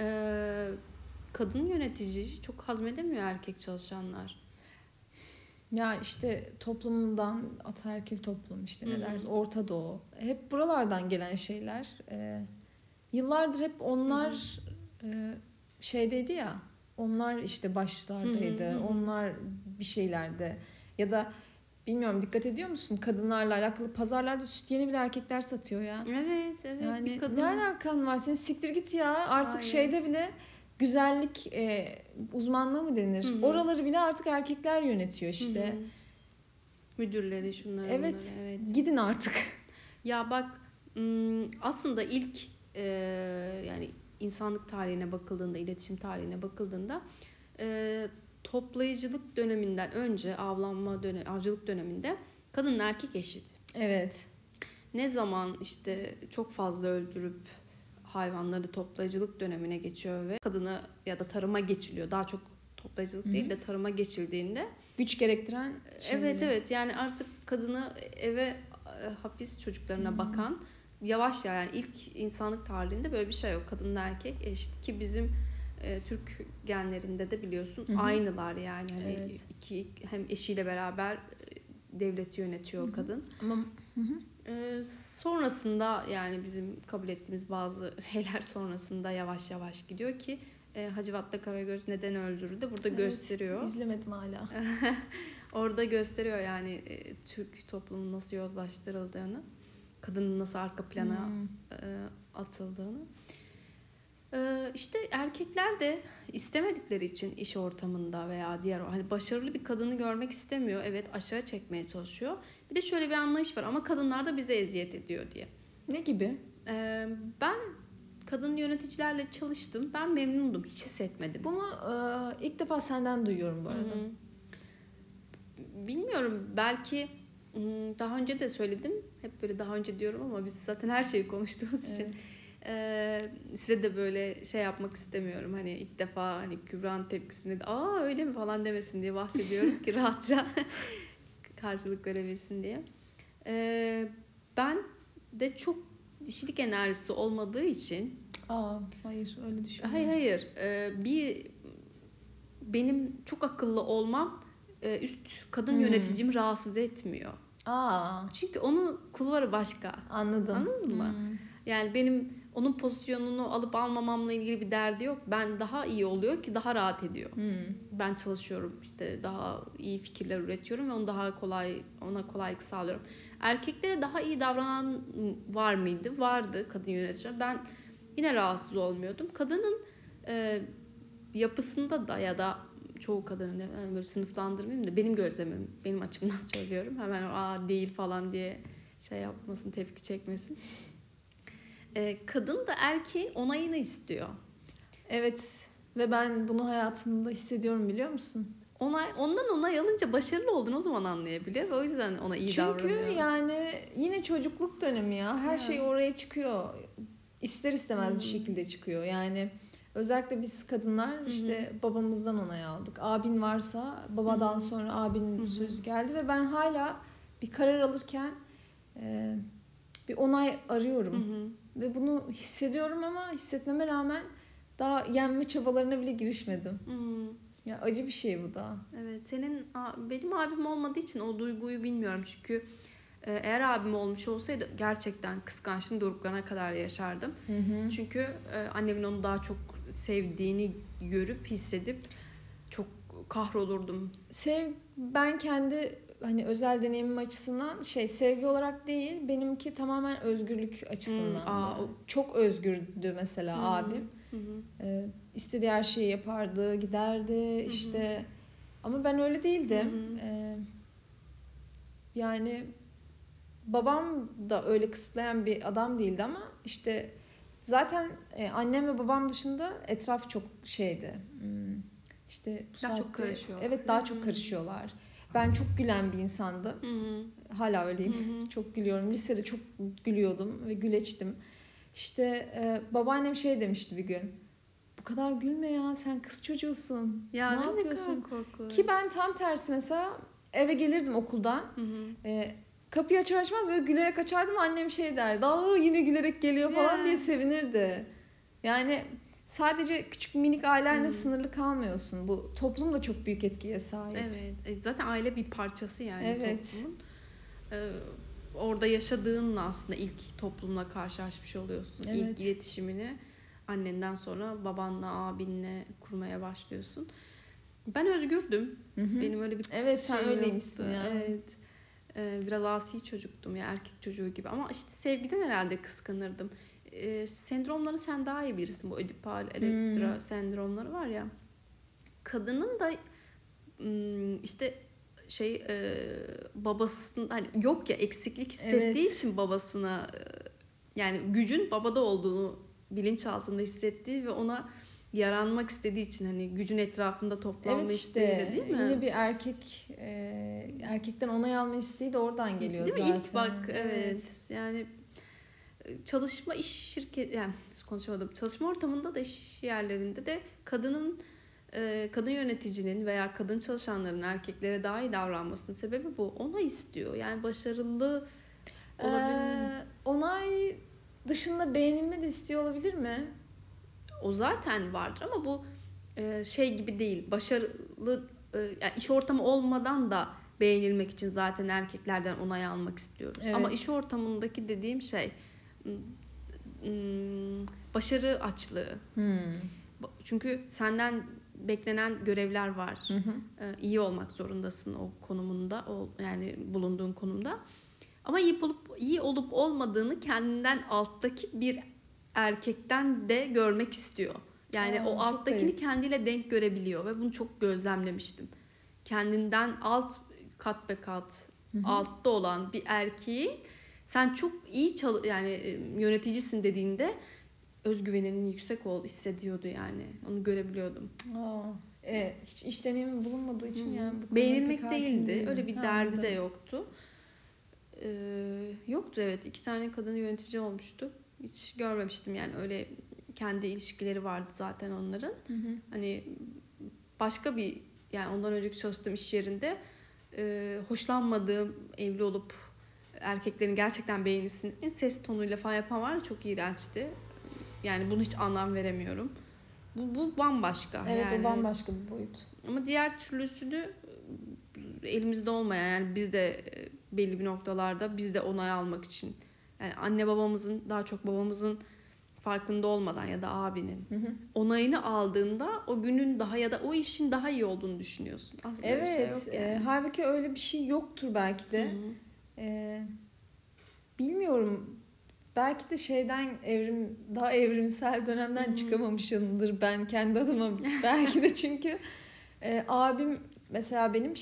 kadın yönetici çok hazmedemiyor erkek çalışanlar. Ya işte toplumundan ataerkil toplum işte ne Hı hı. deriz Orta Doğu hep buralardan gelen şeyler. Yıllardır hep onlar şeydeydi ya, onlar işte başlardaydı, Hı hı hı. onlar bir şeylerde ya da bilmiyorum dikkat ediyor musun kadınlarla alakalı pazarlarda süt yeni bile erkekler satıyor ya. Evet, evet. Bir Yani kadın. ne alakan var senin siktir git ya artık Hayır. şeyde bile güzellik uzmanlığı mı denir? Hı hı. Oraları bile artık erkekler yönetiyor işte. Hı hı. Müdürleri şunları Evet, bunları, evet. gidin artık. Ya bak, aslında ilk yani insanlık tarihine bakıldığında, iletişim tarihine bakıldığında toplayıcılık döneminden önce avcılık döneminde kadınla erkek eşit. Evet. Ne zaman işte çok fazla öldürüp hayvanları toplayıcılık dönemine geçiyor ve kadını ya da tarıma geçiliyor. Daha çok toplayıcılık değil de tarıma geçildiğinde. Güç gerektiren şeyleri. Evet, yani artık kadını eve hapis çocuklarına bakan yavaş yani ilk insanlık tarihinde böyle bir şey yok. Kadınla erkek eşit ki bizim Türk genlerinde de biliyorsun aynılar yani hani Evet. iki hem eşiyle beraber devleti yönetiyor kadın. Ama Sonrasında yani bizim kabul ettiğimiz bazı şeyler sonrasında yavaş yavaş gidiyor ki Hacivat'ta Karagöz neden öldürüldü burada evet, gösteriyor. İzlemedim hala. Orada gösteriyor yani Türk toplumunun nasıl yozlaştırıldığını, kadının nasıl arka plana atıldığını. İşte erkekler de istemedikleri için iş ortamında veya diğer hani başarılı bir kadını görmek istemiyor. Evet, aşağı çekmeye çalışıyor. Bir de şöyle bir anlayış var ama kadınlar da bize eziyet ediyor diye. Ne gibi? Ben kadın yöneticilerle çalıştım. Ben memnundum. Hiç hissetmedim. Bunu ilk defa senden duyuyorum bu arada. Hı-hı. Bilmiyorum. Belki daha önce de söyledim. Hep böyle daha önce diyorum ama biz zaten her şeyi konuştuğumuz için. Size de böyle şey yapmak istemiyorum. Hani ilk defa hani Kübra'nın tepkisini de öyle mi falan demesin diye bahsediyorum ki rahatça karşılık görebilsin diye. Ben de çok dişilik enerjisi olmadığı için Hayır öyle düşünmüyorum. hayır benim çok akıllı olmam üst kadın yöneticimi rahatsız etmiyor. Çünkü onun kulvarı başka. Anladım. Anladın mı? Yani benim onun pozisyonunu alıp almamamla ilgili bir derdi yok. Ben daha iyi oluyor ki daha rahat ediyor. Ben çalışıyorum işte daha iyi fikirler üretiyorum ve ona kolaylık sağlıyorum. Erkeklere daha iyi davranan var mıydı? Vardı kadın yöneticiler. Ben yine rahatsız olmuyordum. Kadının yapısında da ya da çoğu kadının yani böyle sınıflandırmayayım da benim gözlemim, benim açımdan söylüyorum. Hemen değil falan diye şey yapmasın, tepki çekmesin. Kadın da erkeğin onayını istiyor. Evet ve ben bunu hayatımda hissediyorum biliyor musun? Ondan onay alınca başarılı olduğunu o zaman anlayabiliyor ve o yüzden ona iyi davranıyor. Çünkü yani yine çocukluk dönemi ya. Her şey oraya çıkıyor. İster istemez bir şekilde çıkıyor. Yani özellikle biz kadınlar işte babamızdan onay aldık. Abin varsa babadan sonra abinin sözü geldi ve ben hala bir karar alırken bir onay arıyorum. Ve bunu hissediyorum ama hissetmeme rağmen daha yenme çabalarına bile girişmedim. Ya acı bir şey bu da. Evet, benim abim olmadığı için o duyguyu bilmiyorum çünkü eğer abim olmuş olsaydı gerçekten kıskançlığın doruklarına kadar yaşardım. Çünkü annemin onu daha çok sevdiğini görüp hissedip çok kahrolurdum. Ben kendi hani özel deneyimim açısından sevgi olarak değil benimki tamamen özgürlük açısından. Çok özgürdü mesela abim. İstediği her şeyi yapardı, giderdi işte. Ama ben öyle değildim. Yani babam da öyle kısıtlayan bir adam değildi ama işte zaten annem ve babam dışında etraf çok şeydi. İşte bu daha saatte, çok karışıyorlar. Evet daha çok karışıyorlar. Ben çok gülen bir insandım. Hala öyleyim. Çok gülüyorum. Lisede çok gülüyordum ve güleçtim. İşte babaannem demişti bir gün. Bu kadar gülme ya sen kız çocuğusun. Ya ne yapıyorsun? Ki ben tam tersi mesela eve gelirdim okuldan. Kapıyı açar açmaz böyle gülerek açardım. Annem derdi. Yine gülerek geliyor falan diye sevinirdi. Yani sadece küçük minik ailenle sınırlı kalmıyorsun. Bu toplum da çok büyük etkiye sahip. Evet. Zaten aile bir parçası yani Evet. toplumun. Orada yaşadığınla aslında ilk toplumla karşılaşmış oluyorsun. Evet. İlk iletişimini annenden sonra babanla, abinle kurmaya başlıyorsun. Ben özgürdüm. Benim öyle bir Evet, sen şeyim öyleymişsin yoktu. ya. Evet. Biraz asi çocuktum ya, erkek çocuğu gibi. Ama işte sevgiden herhalde kıskanırdım. Sendromları sen daha iyi bilirsin. Bu Ödipal, Elektra sendromları var ya. Kadının da işte babasının hani yok ya, eksiklik hissettiği için babasına yani gücün babada olduğunu bilinç altında hissettiği ve ona yaranmak istediği için hani gücün etrafında toplanma Evet isteği de, değil mi? Yine bir erkekten onay alma isteği de oradan geliyor değil zaten. mi? İlk bak evet. Yani çalışma iş şirket yani konuşamadım. Çalışma ortamında da, iş yerlerinde de kadın yöneticinin veya kadın çalışanların erkeklere daha iyi davranmasının sebebi bu. Ona istiyor. Yani başarılı olabilir. Onay dışında beğenilme de istiyor olabilir mi? O zaten vardır ama bu şey gibi değil. Başarılı yani iş ortamı olmadan da beğenilmek için zaten erkeklerden onay almak istiyoruz. Evet. Ama iş ortamındaki dediğim şey başarı açlığı. Çünkü senden beklenen görevler var. İyi olmak zorundasın o konumunda, yani bulunduğun konumda. Ama iyi olup olmadığını kendinden alttaki bir erkekten de görmek istiyor. Yani o alttakini kendiyle denk görebiliyor ve bunu çok gözlemlemiştim. Kendinden kat be kat altta olan bir erkeği sen çok iyi yani yöneticisin dediğinde özgüveninin yüksek hissediyordu yani. Onu görebiliyordum. Hiç iş deneyimi bulunmadığı için yani bu beğenilmek değildi. değilim. Öyle bir derdi de yoktu. Yoktu evet. 2 tane kadın yönetici olmuştu. Hiç görmemiştim yani, öyle kendi ilişkileri vardı zaten onların. Hani başka bir, yani ondan önceki çalıştığım iş yerinde hoşlanmadığım, evli olup erkeklerin gerçekten beğenisini ses tonuyla falan yapan var ya, çok iğrençti. Yani bunu hiç anlam veremiyorum. Bu bambaşka. Evet yani. O bambaşka bir boyut. Ama diğer türlüsünü elimizde olmayan, yani biz de belli bir noktalarda biz de onay almak için, yani anne babamızın, daha çok babamızın farkında olmadan ya da abinin onayını aldığında o günün daha ya da o işin daha iyi olduğunu düşünüyorsun. Aslında evet. Bir şey yok yani. Halbuki öyle bir şey yoktur belki de. Bilmiyorum. Belki de daha evrimsel dönemden çıkamamışımdır ben kendi adıma. Belki de çünkü abim mesela benim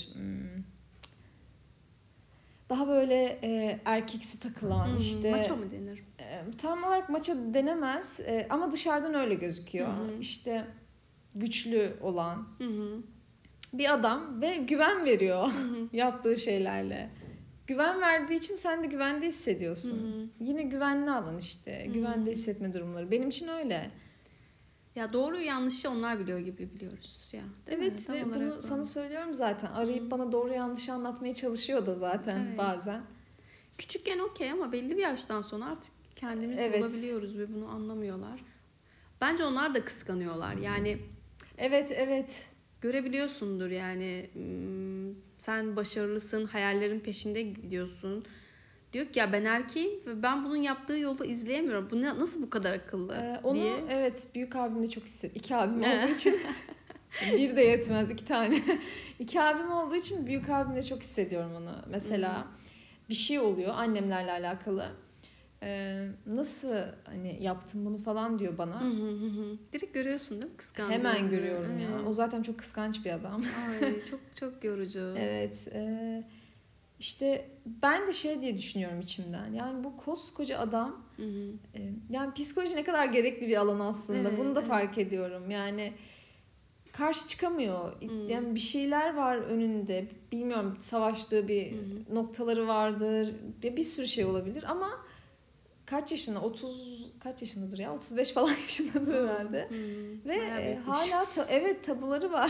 daha böyle erkeksi takılan işte. Maço mu denir? Tam olarak maço denemez ama dışarıdan öyle gözüküyor. İşte güçlü olan bir adam ve güven veriyor yaptığı şeylerle. Güven verdiği için sen de güvende hissediyorsun. Yine güvenli alan işte. Güvende hissetme durumları. Benim için öyle. Ya doğru yanlışı onlar biliyor gibi biliyoruz ya. Evet ve bunu sana söylüyorum zaten. Arayıp bana doğru yanlışı anlatmaya çalışıyor da zaten bazen. Küçükken okey ama belli bir yaştan sonra artık kendimiz bulabiliyoruz ve bunu anlamıyorlar. Bence onlar da kıskanıyorlar. Yani Evet. Görebiliyorsundur yani, sen başarılısın, hayallerin peşinde gidiyorsun. Diyor ki ya ben erkeğim ve ben bunun yaptığı yolu izleyemiyorum. Bu nasıl bu kadar akıllı onu diye. Evet, büyük abim de çok hissediyor. 2 abim olduğu için bir de yetmez, 2 tane. 2 abim olduğu için büyük abimle çok hissediyorum onu. Mesela bir şey oluyor annemlerle alakalı. Nasıl hani yaptım bunu falan diyor bana. Direkt görüyorsun değil mi kıskandığını? Hemen görüyorum ya. O zaten çok kıskanç bir adam. Ay, çok yorucu. Evet. İşte ben de diye düşünüyorum içimden. Yani bu koskoca adam yani psikoloji ne kadar gerekli bir alan aslında. Bunu da fark ediyorum. Yani karşı çıkamıyor. Yani bir şeyler var önünde. Bilmiyorum, savaştığı bir noktaları vardır. Bir sürü şey olabilir ama kaç yaşında? kaç yaşındadır ya? 35 falan yaşındadır herhalde. Ve hala tabuları var.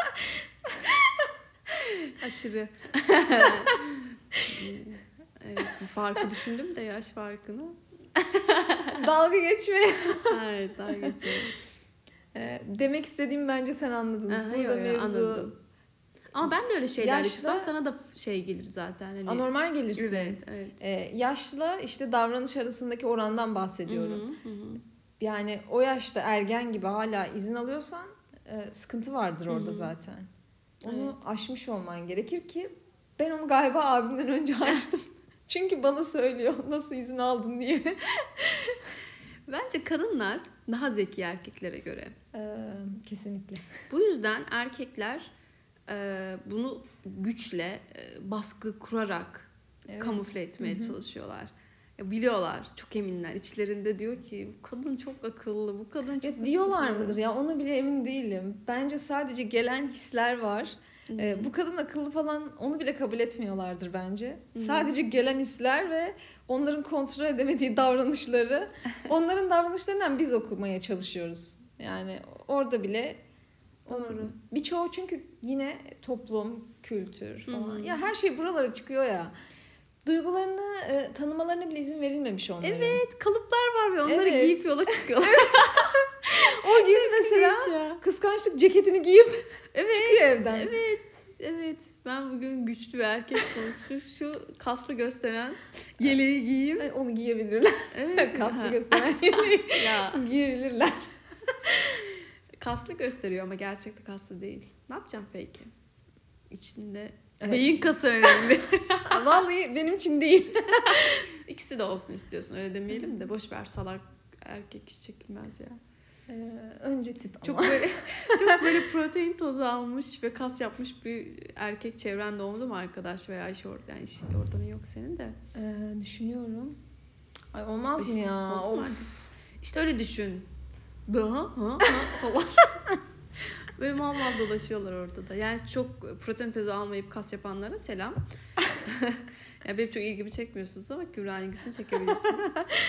Aşırı. Evet, bu farkı düşündüm de, yaş farkını. Dalga geçme. Evet, daha geçiyorum. Demek istediğim bence sen anladın. Aha, Burada yo, mevzu anladım. Ama ben de öyle şeyler Yaşlı- yaşasam sana da şey gelir zaten. Hani, anormal gelirsin. evet. Yaşla işte davranış arasındaki orandan bahsediyorum. Hı hı. Yani o yaşta ergen gibi hala izin alıyorsan sıkıntı vardır orada Hı hı. zaten. Onu aşmış olman gerekir ki ben onu galiba abimden önce aştım. Çünkü bana söylüyor nasıl izin aldın diye. Bence kadınlar daha zeki erkeklere göre. Kesinlikle. Bu yüzden erkekler bunu güçle, baskı kurarak Evet. kamufle etmeye Hı hı. çalışıyorlar. Biliyorlar, çok eminler. İçlerinde diyor ki bu kadın çok akıllı, bu kadın çok Ya diyorlar akıllı. mıdır ya, ona bile emin değilim. Bence sadece gelen hisler var. Bu kadın akıllı falan, onu bile kabul etmiyorlardır bence. Sadece gelen hisler ve onların kontrol edemediği davranışları, onların davranışlarından biz okumaya çalışıyoruz. Yani orada bile Doğru. birçoğu, çünkü yine toplum, kültür falan. Hı hı. Ya her şey buralara çıkıyor ya. Duygularını tanımalarına bile izin verilmemiş onların. Evet, kalıplar var ve onları Evet. giyip yola çıkıyorlar. O gün mesela Ya. kıskançlık ceketini giyip Evet, çıkıyor evden. evet. Ben bugün güçlü bir erkek sonuçta şu kaslı gösteren yeleği giyeyim. Onu giyebilirler. Evet. Kaslı gösteren yeleği Ya, giyebilirler. kaslı gösteriyor ama gerçekte kaslı değil. Ne yapacağım peki? İçinde Evet. beyin kası önemli. Vallahi benim için değil. İkisi de olsun istiyorsun, öyle demeyelim de boş ver, salak erkek hiç çekilmez ya. Önce tip Çok ama. böyle çok böyle protein tozu almış ve kas yapmış bir erkek çevrende oldu mu arkadaş veya iş ortamı yok senin de. Düşünüyorum. Ay olmaz mı İşte ya? oldu mu Of. artık? İşte öyle düşün. Böyle falan. Böyle mal mal dolaşıyorlar orada da. Yani çok protein tozu almayıp kas yapanlara selam. Ya benim çok ilgimi çekmiyorsunuz ama Kübra'nın ilgisini çekebilirsiniz.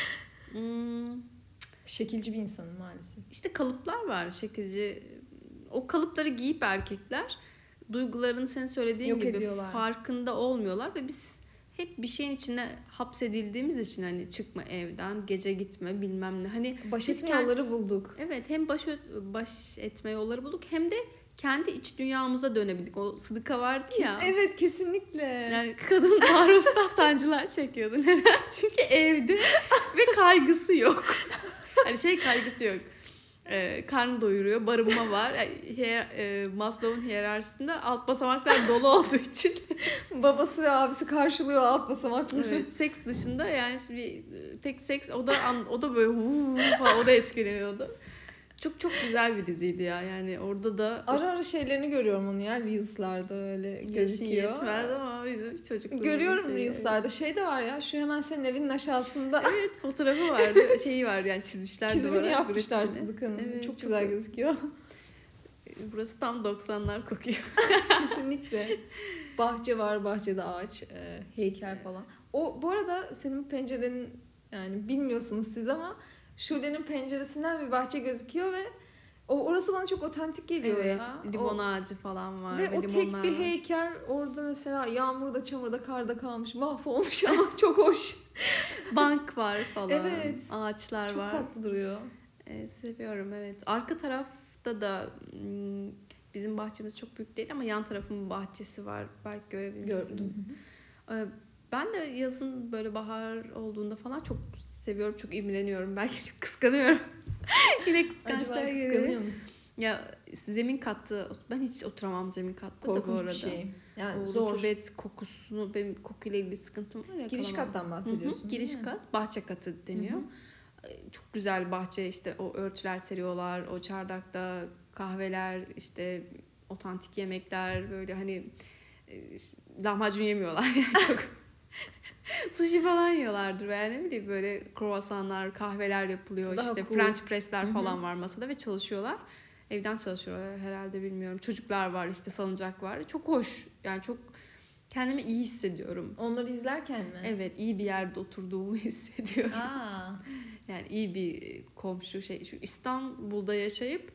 Şekilci bir insanım maalesef. İşte kalıplar var, şekilci. O kalıpları giyip erkekler duygularını senin söylediğin Yok gibi ediyorlar. farkında olmuyorlar ve biz hep bir şeyin içine hapsedildiğimiz için, hani çıkma evden, gece gitme, bilmem ne. Hani Baş biz etme yolları bulduk. evet, hem baş etme yolları bulduk hem de kendi iç dünyamıza dönebildik. O Sıdıka vardı ya. Evet, kesinlikle. Yani kadın varoşsuz sancılar çekiyordu. Neden? Çünkü evde ve kaygısı yok. Hani kaygısı yok. Karnı doyuruyor, barınma var. Maslow'un hiyerarşisinde alt basamaklar dolu olduğu için. Babası ve abisi karşılıyor alt basamakları. Evet, seks dışında yani tek seks, o da böyle falan, o da etkileniyordu. Çok çok güzel bir diziydi ya. Yani orada da Ara ara şeylerini görüyorum onu ya, Reels'larda öyle yaşın gözüküyor. yetmez ama bizim çocukluğumuzun Görüyorum Reels'larda. Şey de var ya, şu hemen senin evinin aşağısında Evet, fotoğrafı vardı. Şeyi var yani, çizmişler çizimini duvara, yapmışlar grafiğini. Sıdıka'nın. Evet, çok güzel gözüküyor. Burası tam 90'lar kokuyor. Kesinlikle. Bahçe var, bahçede ağaç, heykel falan. O bu arada senin pencerenin, yani bilmiyorsunuz siz ama Şule'nin penceresinden bir bahçe gözüküyor ve orası bana çok otantik geliyor Evet, ya. limon ağacı falan var. Ve o tek limonlar bir var. heykel orada mesela yağmurda, çamurda, karda kalmış, mahvolmuş ama çok hoş. Bank var falan. Evet. Ağaçlar Çok var. tatlı duruyor. Seviyorum, evet. Arka tarafta da bizim bahçemiz çok büyük değil ama yan tarafın bahçesi var. Belki görebilirsin. Gördüm. Ben de yazın böyle bahar olduğunda falan çok seviyorum. Çok imreniyorum. Belki çok kıskanıyorum. Yine kıskançlığa Acaba geliyor. kıskanıyor musun? Ya zemin katta, ben hiç oturamam zemin katta da bu Korkunç arada. bir şey. Yani O zor. rutubet kokusunu, benim kokuyla ilgili sıkıntım var ya. Giriş kalamam. kattan bahsediyorsun. Hı hı, giriş değil mi? kat, bahçe katı deniyor. Çok güzel bahçe, işte o örtüler seriyorlar, o çardakta kahveler, işte otantik yemekler, böyle hani lahmacun yemiyorlar yani çok. Sushi falan yiyorlardır veya ne bileyim, böyle kruvasanlar, kahveler yapılıyor, Daha işte cool. French press'ler Hı hı. falan var masada ve çalışıyorlar. Evden çalışıyorlar herhalde, bilmiyorum. Çocuklar var, işte salıncak var. Çok hoş. Yani çok kendimi iyi hissediyorum. Onları izlerken mi? Evet, iyi bir yerde oturduğumu hissediyorum. Aa. Yani iyi bir komşu şu İstanbul'da yaşayıp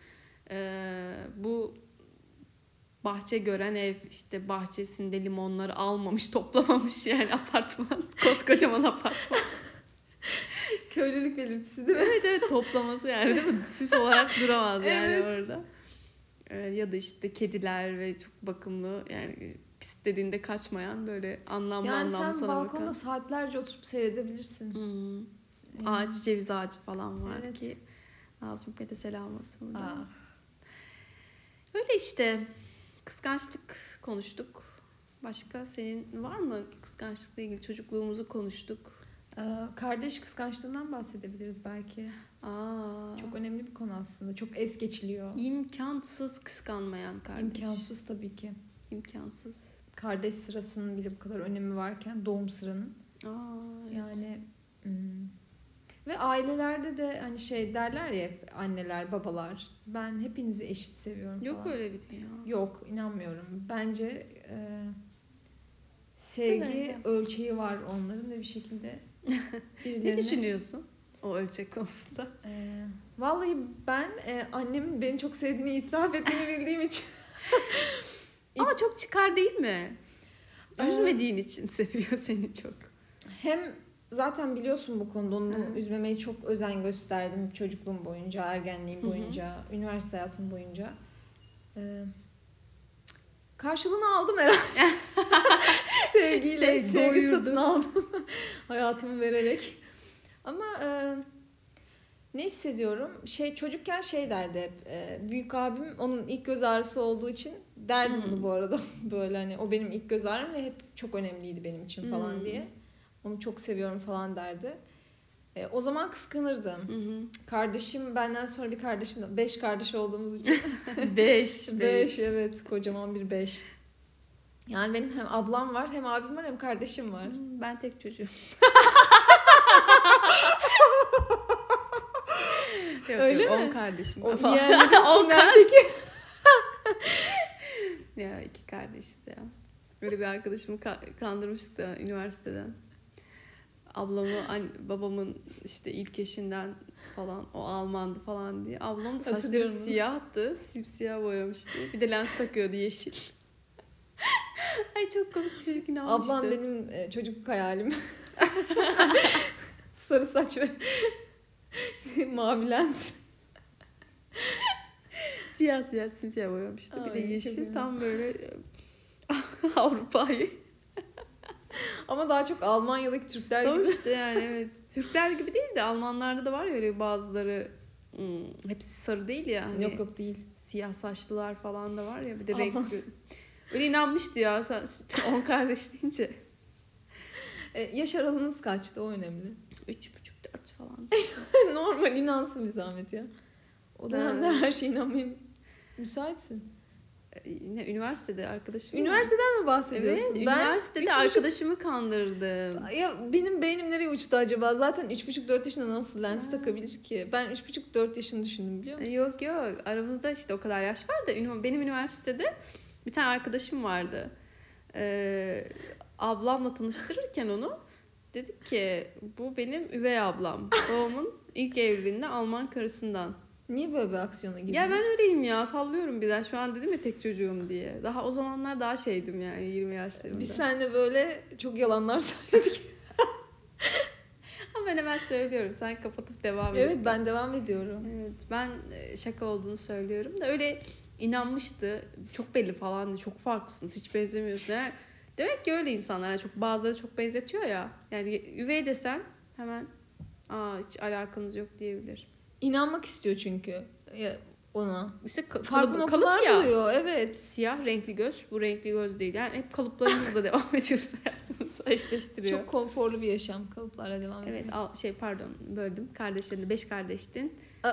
bu bahçe gören ev, işte bahçesinde limonları almamış, toplamamış yani apartman. Koskocaman apartman. Köylülük belirtisi değil mi? Evet evet, toplaması yani değil mi? Süs olarak duramaz yani Evet. orada. Ya da işte kediler ve çok bakımlı yani pis dediğinde kaçmayan böyle anlamlı Yani anlamlı sen sana balkonda bakan. saatlerce oturup seyredebilirsin. Hmm. Yani. Ağaç, ceviz ağacı falan var Evet. ki. Nazım Hikmet'e selam olsun burada. Aa. Öyle işte. Kıskançlık konuştuk. Başka senin var mı kıskançlıkla ilgili? Çocukluğumuzu konuştuk. Kardeş kıskançlığından bahsedebiliriz belki. Çok önemli bir konu aslında. Çok es geçiliyor. İmkansız kıskanmayan kardeş. İmkansız tabii ki. İmkansız. Kardeş sırasının bile bu kadar önemi varken doğum sıranın. Evet. Yani ve ailelerde de hani şey derler ya hep anneler, babalar. Ben hepinizi eşit seviyorum falan. Yok öyle bir dünya. Yok, inanmıyorum. Bence sevgi Severim. ölçeği var onların ve bir şekilde Ne birilerine... düşünüyorsun o ölçek konusunda? Vallahi ben annemin beni çok sevdiğini itiraf ettiğini bildiğim için. Ama çok çıkar değil mi? Üzmediğin için seviyor seni çok. Hem zaten biliyorsun bu konuda onu üzmemeye çok özen gösterdim çocukluğum boyunca, ergenliğim boyunca, üniversite hayatım boyunca. Karşılığını aldım herhalde. Sevgiyle, sevgi satın aldım. Hayatımı vererek. Ama ne hissediyorum? Çocukken şey derdi hep. Büyük abim onun ilk göz ağrısı olduğu için derdi bunu bu arada. Böyle hani o benim ilk göz ağrım ve hep çok önemliydi benim için falan diye. Onu çok seviyorum falan derdi. O zaman kıskanırdım. Kardeşim, benden sonra bir kardeşim de. 5 kardeş olduğumuz için. 5 evet, kocaman bir 5. Yani benim hem ablam var, hem abim var, hem kardeşim var. Ben tek çocuğum. Yok, öyle yok, mi? 10 kardeşim. O falan. yeğenlerin 10 kimler peki? Ya 2 kardeşiz ya. Böyle bir arkadaşımı kandırmıştık da üniversiteden. Ablamı babamın işte ilk eşinden falan, o Almandı falan diye. Ablam da saçları siyahtı. Simsiyah boyamıştı. Bir de lens takıyordu yeşil. Ay çok komik, çocuk inanmıştı. Ablam benim çocukluk hayalim. Sarı saç ve mavi lens. Siyah simsiyah boyamıştı. Bir de yeşil, tam böyle Avrupa'yı. Ama daha çok Almanya'daki Türkler gibi. İşte yani evet. Türkler gibi değil de Almanlarda da var ya öyle bazıları, hepsi sarı değil ya. Hani Yok değil. siyah saçlılar falan da var ya, bir de renkli. Öyle inanmıştı ya 10 kardeş deyince. Yaş aralığınız kaçtı, o önemli. 3,5-4 falan. Normal, inansın bir zahmet ya. O dönemde her şeye inanmaya müsaitsin. Yine üniversitede arkadaşım. Üniversiteden mi bahsediyorsun? Evet, üniversitede arkadaşımı kandırdım. Ya benim beynim nereye uçtu acaba? Zaten 3,5-4 yaşında nasıl lens takabilir ki? Ben 3,5-4 yaşını düşündüm, biliyor musun? Yok aramızda işte o kadar yaş var da benim üniversitede bir tane arkadaşım vardı. Ablamla tanıştırırken onu dedik ki bu benim üvey ablam. Babamın ilk evliliğinde Alman karısından. Niye böyle bir aksiyona girdiniz? Ya ben öyleyim ya, sallıyorum bir daha. Şu an dedim ya tek çocuğum diye. Daha o zamanlar daha şeydim yani 20 yaşlarımda. Biz seninle böyle çok yalanlar söyledik. Ama ben hemen söylüyorum, sen kapatıp devam et. Evet, ben devam ediyorum. Evet, ben şaka olduğunu söylüyorum da öyle inanmıştı. Çok belli falan, çok farklısınız, hiç benzemiyorsun. Yani demek ki öyle insanlar, yani çok bazıları çok benzetiyor ya. Yani üvey desen hemen hiç alakanız yok diyebilir. İnanmak istiyor çünkü ona. İşte farklı noktalar buluyor, evet. Siyah renkli göz, bu renkli göz değil. Yani hep kalıplarımızla devam ediyoruz hayatımızı eşleştiriyor. Çok konforlu bir yaşam, kalıplarla devam ediyor. Evet, pardon böldüm. Kardeşlerin 5 kardeştin.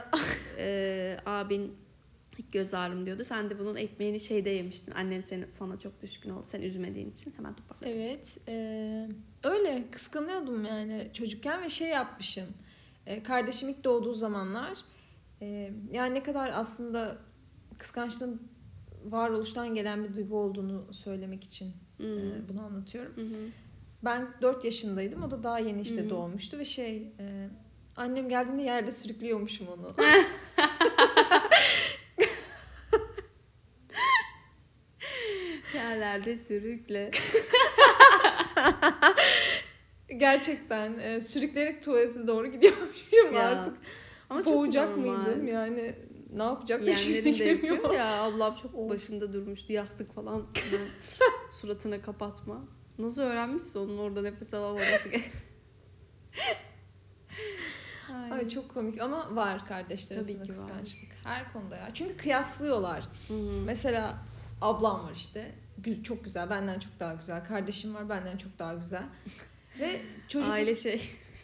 Abin ilk göz ağrım diyordu. Sen de bunun ekmeğini şeyde yemiştin. Annen sana çok düşkün oldu. Sen üzmediğin için hemen toparladın. Evet. Öyle kıskanıyordum yani çocukken ve şey yapmışım. Kardeşim ilk doğduğu zamanlar yani ne kadar aslında kıskançlığın varoluştan gelen bir duygu olduğunu söylemek için bunu anlatıyorum. Ben 4 yaşındaydım. O da daha yeni işte doğmuştu ve annem geldiğinde yerde sürüklüyormuşum onu. Yerlerde sürükle. Gerçekten sürükleyerek tuvalete doğru gidiyormuşum Ya. artık. Ama çok Boğacak normal. mıydım yani, ne yapacak da Yeğenlerim de şimdi yapıyor bilmiyorum. ya. Ablam çok Of. başında durmuştu. Yastık falan suratına kapatma. Nasıl öğrenmişse onun orada nefes alamaması gerek. Ay çok komik ama var kardeşler Tabii arasında ki var. kıskançlık. Her konuda ya. Çünkü kıyaslıyorlar. Hı-hı. Mesela ablam var işte. Çok güzel. Benden çok daha güzel. Kardeşim var. Benden çok daha güzel. Ve çocuk... Aile şey.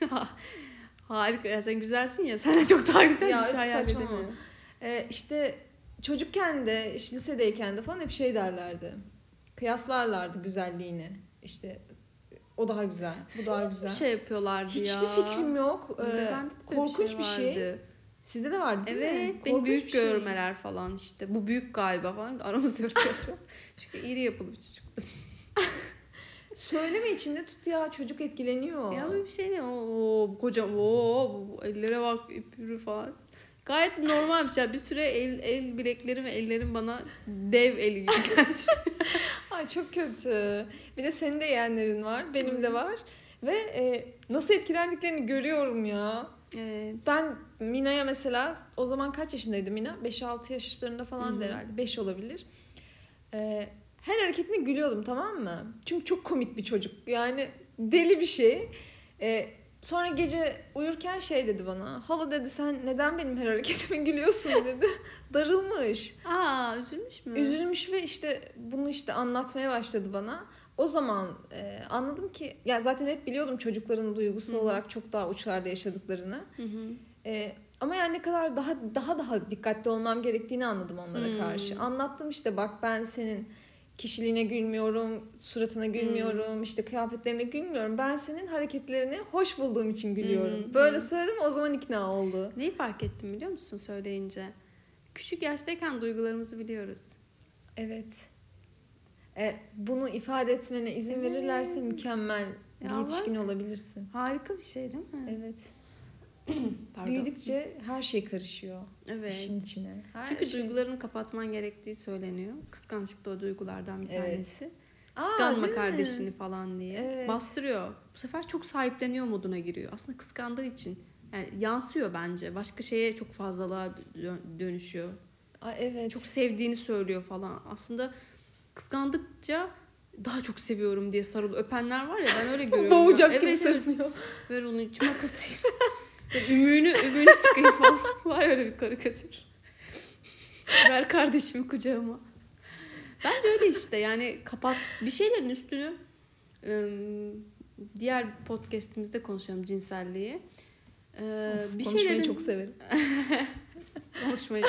Harika. Ya sen güzelsin ya. Sen de çok daha güzel Ya bir şey hayal saçma edemiyorum. işte çocukken de işte lisedeyken de falan hep şey derlerdi. Kıyaslarlardı güzelliğini. İşte o daha güzel, bu daha güzel. Bir şey yapıyorlardı ya. Hiçbir fikrim yok. Bende de böyle Korkunç bir şey. vardı. Sizde de vardı değil mi? Evet. Beni Korkunç büyük bir şey. görmeler falan işte. Bu büyük galiba falan. Aramızda örtüyorsun. Çünkü iri yapılı bir çocuk. Söyleme, içinde tut ya, çocuk etkileniyor. Ya böyle bir şey ne? Oo, kocam. Oo, bu ellere bak, ipürü falan. Gayet normal bir şey. Bir süre el bileklerim ve ellerim bana dev eli gibi gelmiş. Ay çok kötü. Bir de senin de yeğenlerin var, benim de var. Ve nasıl etkilendiklerini görüyorum ya. Evet. Ben Mina'ya mesela, o zaman kaç yaşındaydı Mina? 5-6 yaşlarında falan herhalde. 5 olabilir. Her hareketine gülüyordum, tamam mı? Çünkü çok komik bir çocuk. Yani deli bir şey. Sonra gece uyurken şey dedi bana. Hala dedi, sen neden benim her hareketime gülüyorsun dedi. Darılmış. Aa, üzülmüş mü? Üzülmüş ve işte bunu işte anlatmaya başladı bana. O zaman anladım ki, ya zaten hep biliyordum çocukların duygusal olarak çok daha uçlarda yaşadıklarını. Ama yani ne kadar daha dikkatli olmam gerektiğini anladım onlara karşı. Anlattım işte, bak ben senin kişiliğine gülmüyorum, suratına gülmüyorum, işte kıyafetlerine gülmüyorum. Ben senin hareketlerini hoş bulduğum için gülüyorum. Böyle söyledim, o zaman ikna oldu. Neyi fark ettim biliyor musun söyleyince? Küçük yaştayken duygularımızı biliyoruz. Evet. Bunu ifade etmene izin verirlerse mükemmel bir Ya yetişkin olabilirsin. Harika bir şey değil mi? Evet. Pardon. Büyüdükçe her şey karışıyor Evet. işin içine. Çünkü duygularını kapatman gerektiği söyleniyor. Kıskançlık da o duygulardan bir tanesi. Aa, Kıskanma değil mi? kardeşini falan diye. Evet. Bastırıyor. Bu sefer çok sahipleniyor moduna giriyor. Aslında kıskandığı için. Yani yansıyor bence. Başka şeye çok fazlalığa dönüşüyor. Evet. Çok sevdiğini söylüyor falan. Aslında kıskandıkça daha çok seviyorum diye sarılıp öpenler var ya, ben öyle görüyorum. Boğacak ya. gibi Evet. sarılıyor. Ver onu içime katayım. Ümüğünü sıkayım falan. Var öyle bir karikatür. Ver kardeşimi kucağıma. Bence öyle işte, yani kapat bir şeylerin üstünü. Diğer podcast'imizde konuşalım cinselliği. Bir Konuşmayı şeylerin... çok severim. Konuşmayı.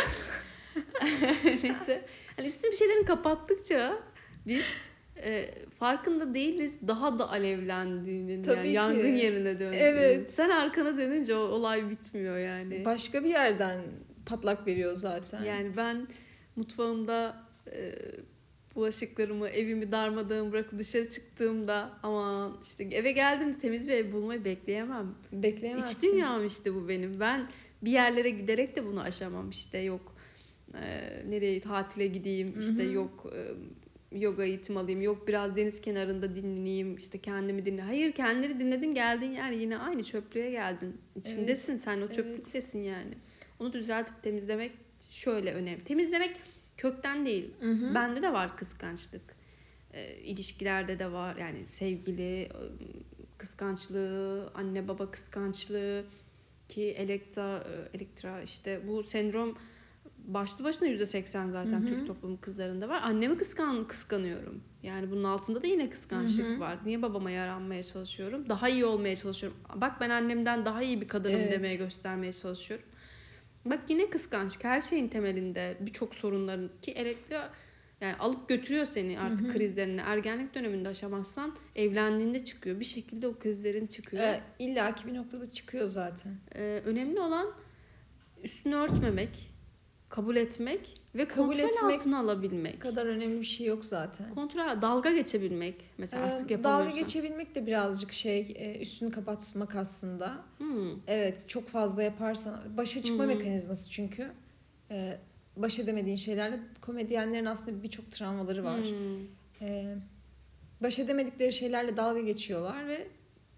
Neyse. Hani üstüne bir şeylerin kapattıkça biz farkında değiliz. Daha da alevlendiğinin, Tabii yani ki. yangın yerine döndüğünün. Evet. Sen arkana dönünce o olay bitmiyor yani. Başka bir yerden patlak veriyor zaten. Yani ben mutfağımda bulaşıklarımı, evimi darmadağın bırakıp dışarı çıktığımda, ama işte eve geldiğimde temiz bir ev bulmayı bekleyemem. Bekleyemezsin. İç dünyam işte bu benim. Ben bir yerlere giderek de bunu aşamam işte. Yok nereye tatile gideyim, işte yok yoga eğitim alayım, yok biraz deniz kenarında dinleneyim, işte kendimi dinle. Hayır, kendini dinledin, geldiğin yer yine aynı çöplüğe geldin. İçindesin sen, o çöplüktesin yani. Onu düzeltip temizlemek şöyle önemli. Temizlemek kökten değil. Bende de var kıskançlık. İlişkilerde de var. Yani sevgili kıskançlığı, anne baba kıskançlığı, ki Elektra işte bu sendrom başlı başına %80 zaten Türk toplumu kızlarında var. Annemi kıskanıyorum. Yani bunun altında da yine kıskançlık var. Niye babama yaranmaya çalışıyorum? Daha iyi olmaya çalışıyorum. Bak ben annemden daha iyi bir kadınım demeye, göstermeye çalışıyorum. Bak yine kıskançlık. Her şeyin temelinde birçok sorunların, ki Elektra yani alıp götürüyor seni artık krizlerine. Ergenlik döneminde aşamazsan evlendiğinde çıkıyor. Bir şekilde o krizlerin çıkıyor. İlla ki bir noktada çıkıyor zaten. Önemli olan üstünü örtmemek, kabul etmek ve kontrol altına alabilmek. Kadar önemli bir şey yok zaten. Dalga geçebilmek mesela artık yapamıyorsan. Dalga geçebilmek de birazcık üstünü kapatmak aslında. Evet, çok fazla yaparsan başa çıkma mekanizması çünkü. Baş edemediğin şeylerle komedyenlerin aslında birçok travmaları var. Baş edemedikleri şeylerle dalga geçiyorlar ve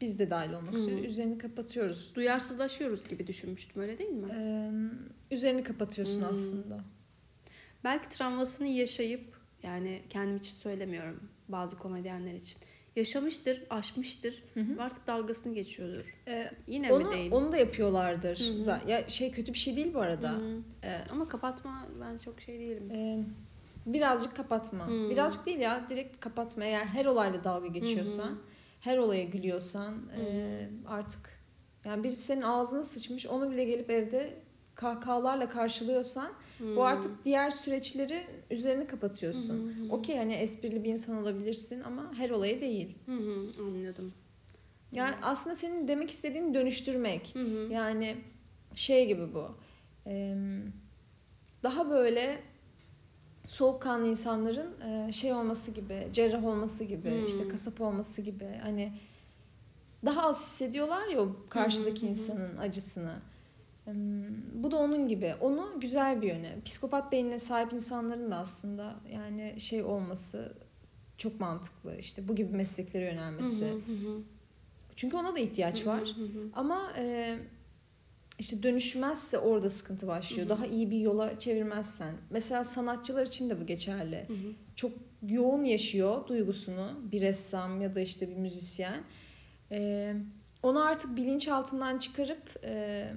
biz de dahil olmak üzere üzerini kapatıyoruz. Duyarsızlaşıyoruz gibi düşünmüştüm, öyle değil mi? Üzerini kapatıyorsun aslında. Belki travmasını yaşayıp, yani kendim için söylemiyorum, bazı komedyenler için yaşamıştır, aşmıştır ve artık dalgasını geçiyordur. Yine mi değil? Onu da yapıyorlardır. Ya kötü bir şey değil bu arada. Ama kapatma, ben çok şey değilim. Birazcık kapatma. Birazcık değil ya, direkt kapatma. Eğer her olayla dalga geçiyorsan, her olaya gülüyorsan artık, yani birisi senin ağzına sıçmış, onu bile gelip evde kahkahalarla karşılıyorsan bu artık diğer süreçleri üzerini kapatıyorsun. Okey, hani esprili bir insan olabilirsin ama her olaya değil. Anladım. Yani aslında senin demek istediğin dönüştürmek. Yani şey gibi bu. Daha böyle soğukkanlı insanların şey olması gibi, cerrah olması gibi, işte kasap olması gibi, hani daha az hissediyorlar ya o karşıdaki insanın acısını. Bu da onun gibi. Onu güzel bir yöne. Psikopat beynine sahip insanların da aslında yani şey olması çok mantıklı. İşte bu gibi mesleklere yönelmesi. Çünkü ona da ihtiyaç var. Ama işte dönüşmezse orada sıkıntı başlıyor. Daha iyi bir yola çevirmezsen. Mesela sanatçılar için de bu geçerli. Çok yoğun yaşıyor duygusunu bir ressam ya da işte bir müzisyen. Onu artık bilinçaltından çıkarıp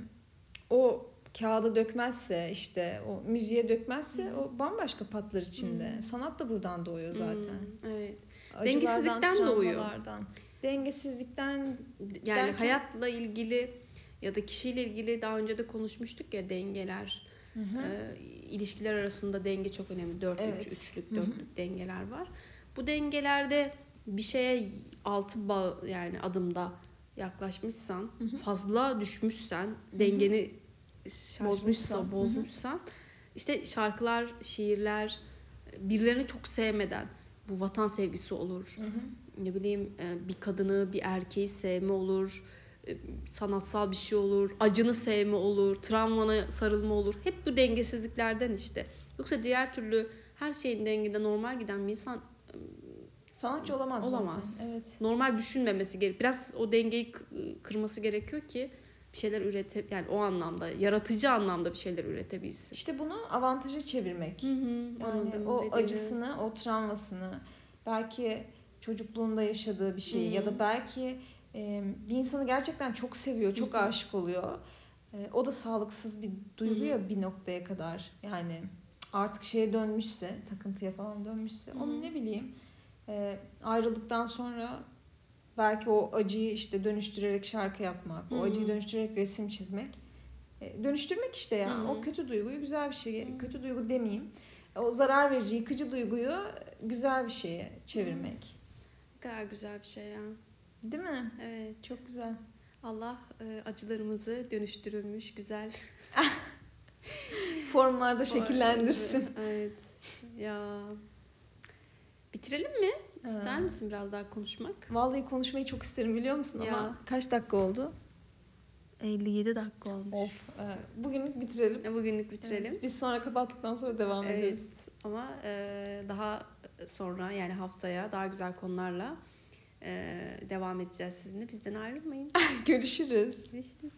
o kağıda dökmezse, işte o müziğe dökmezse o bambaşka patlar içinde. Sanat da buradan doğuyor zaten. Evet. Acılardan, Dengesizlikten doğuyor. travmalardan. Dengesizlikten Yani derken... hayatla ilgili ya da kişiyle ilgili daha önce de konuşmuştuk ya, dengeler. İlişkiler arasında denge çok önemli. Üçlük, dörtlük dengeler var. Bu dengelerde bir şeye yani adımda yaklaşmışsan, fazla düşmüşsen, dengeni bozmuşsan, işte şarkılar, şiirler, birilerini çok sevmeden, bu vatan sevgisi olur. Ne bileyim, bir kadını, bir erkeği sevme olur. Sanatsal bir şey olur. Acını sevme olur. Travmana sarılma olur. Hep bu dengesizliklerden işte. Yoksa diğer türlü her şeyin dengede normal giden bir insan sanatçı olamaz zaten. Evet. Normal düşünmemesi gerekiyor. Biraz o dengeyi kırması gerekiyor ki bir şeyler yani o anlamda, yaratıcı anlamda bir şeyler üretebilsin. İşte bunu avantaja çevirmek. Yani o dediğini, acısını, o travmasını, belki çocukluğunda yaşadığı bir şeyi ya da belki bir insanı gerçekten çok seviyor, çok aşık oluyor. O da sağlıksız bir duygu ya bir noktaya kadar. Yani artık şeye dönmüşse, takıntıya falan dönmüşse, onu ne bileyim, ayrıldıktan sonra belki o acıyı işte dönüştürerek şarkı yapmak, o acıyı dönüştürerek resim çizmek. Dönüştürmek işte ya. O kötü duyguyu güzel bir şey, kötü duygu demeyeyim. O zarar verici, yıkıcı duyguyu güzel bir şeye çevirmek. Ne kadar güzel bir şey ya. Değil mi? Evet. Çok güzel. Allah acılarımızı dönüştürülmüş güzel formlarda şekillendirsin. Evet. Ya bitirelim mi? İster misin biraz daha konuşmak? Vallahi konuşmayı çok isterim, biliyor musun? Ya. Ama kaç dakika oldu? 57 dakika olmuş. Of. Bugünlük bitirelim. Bugünlük bitirelim. Evet, biz sonra kapattıktan sonra devam ederiz. Ama daha sonra, yani haftaya daha güzel konularla devam edeceğiz sizinle. Bizden ayrılmayın. Görüşürüz. Görüşürüz.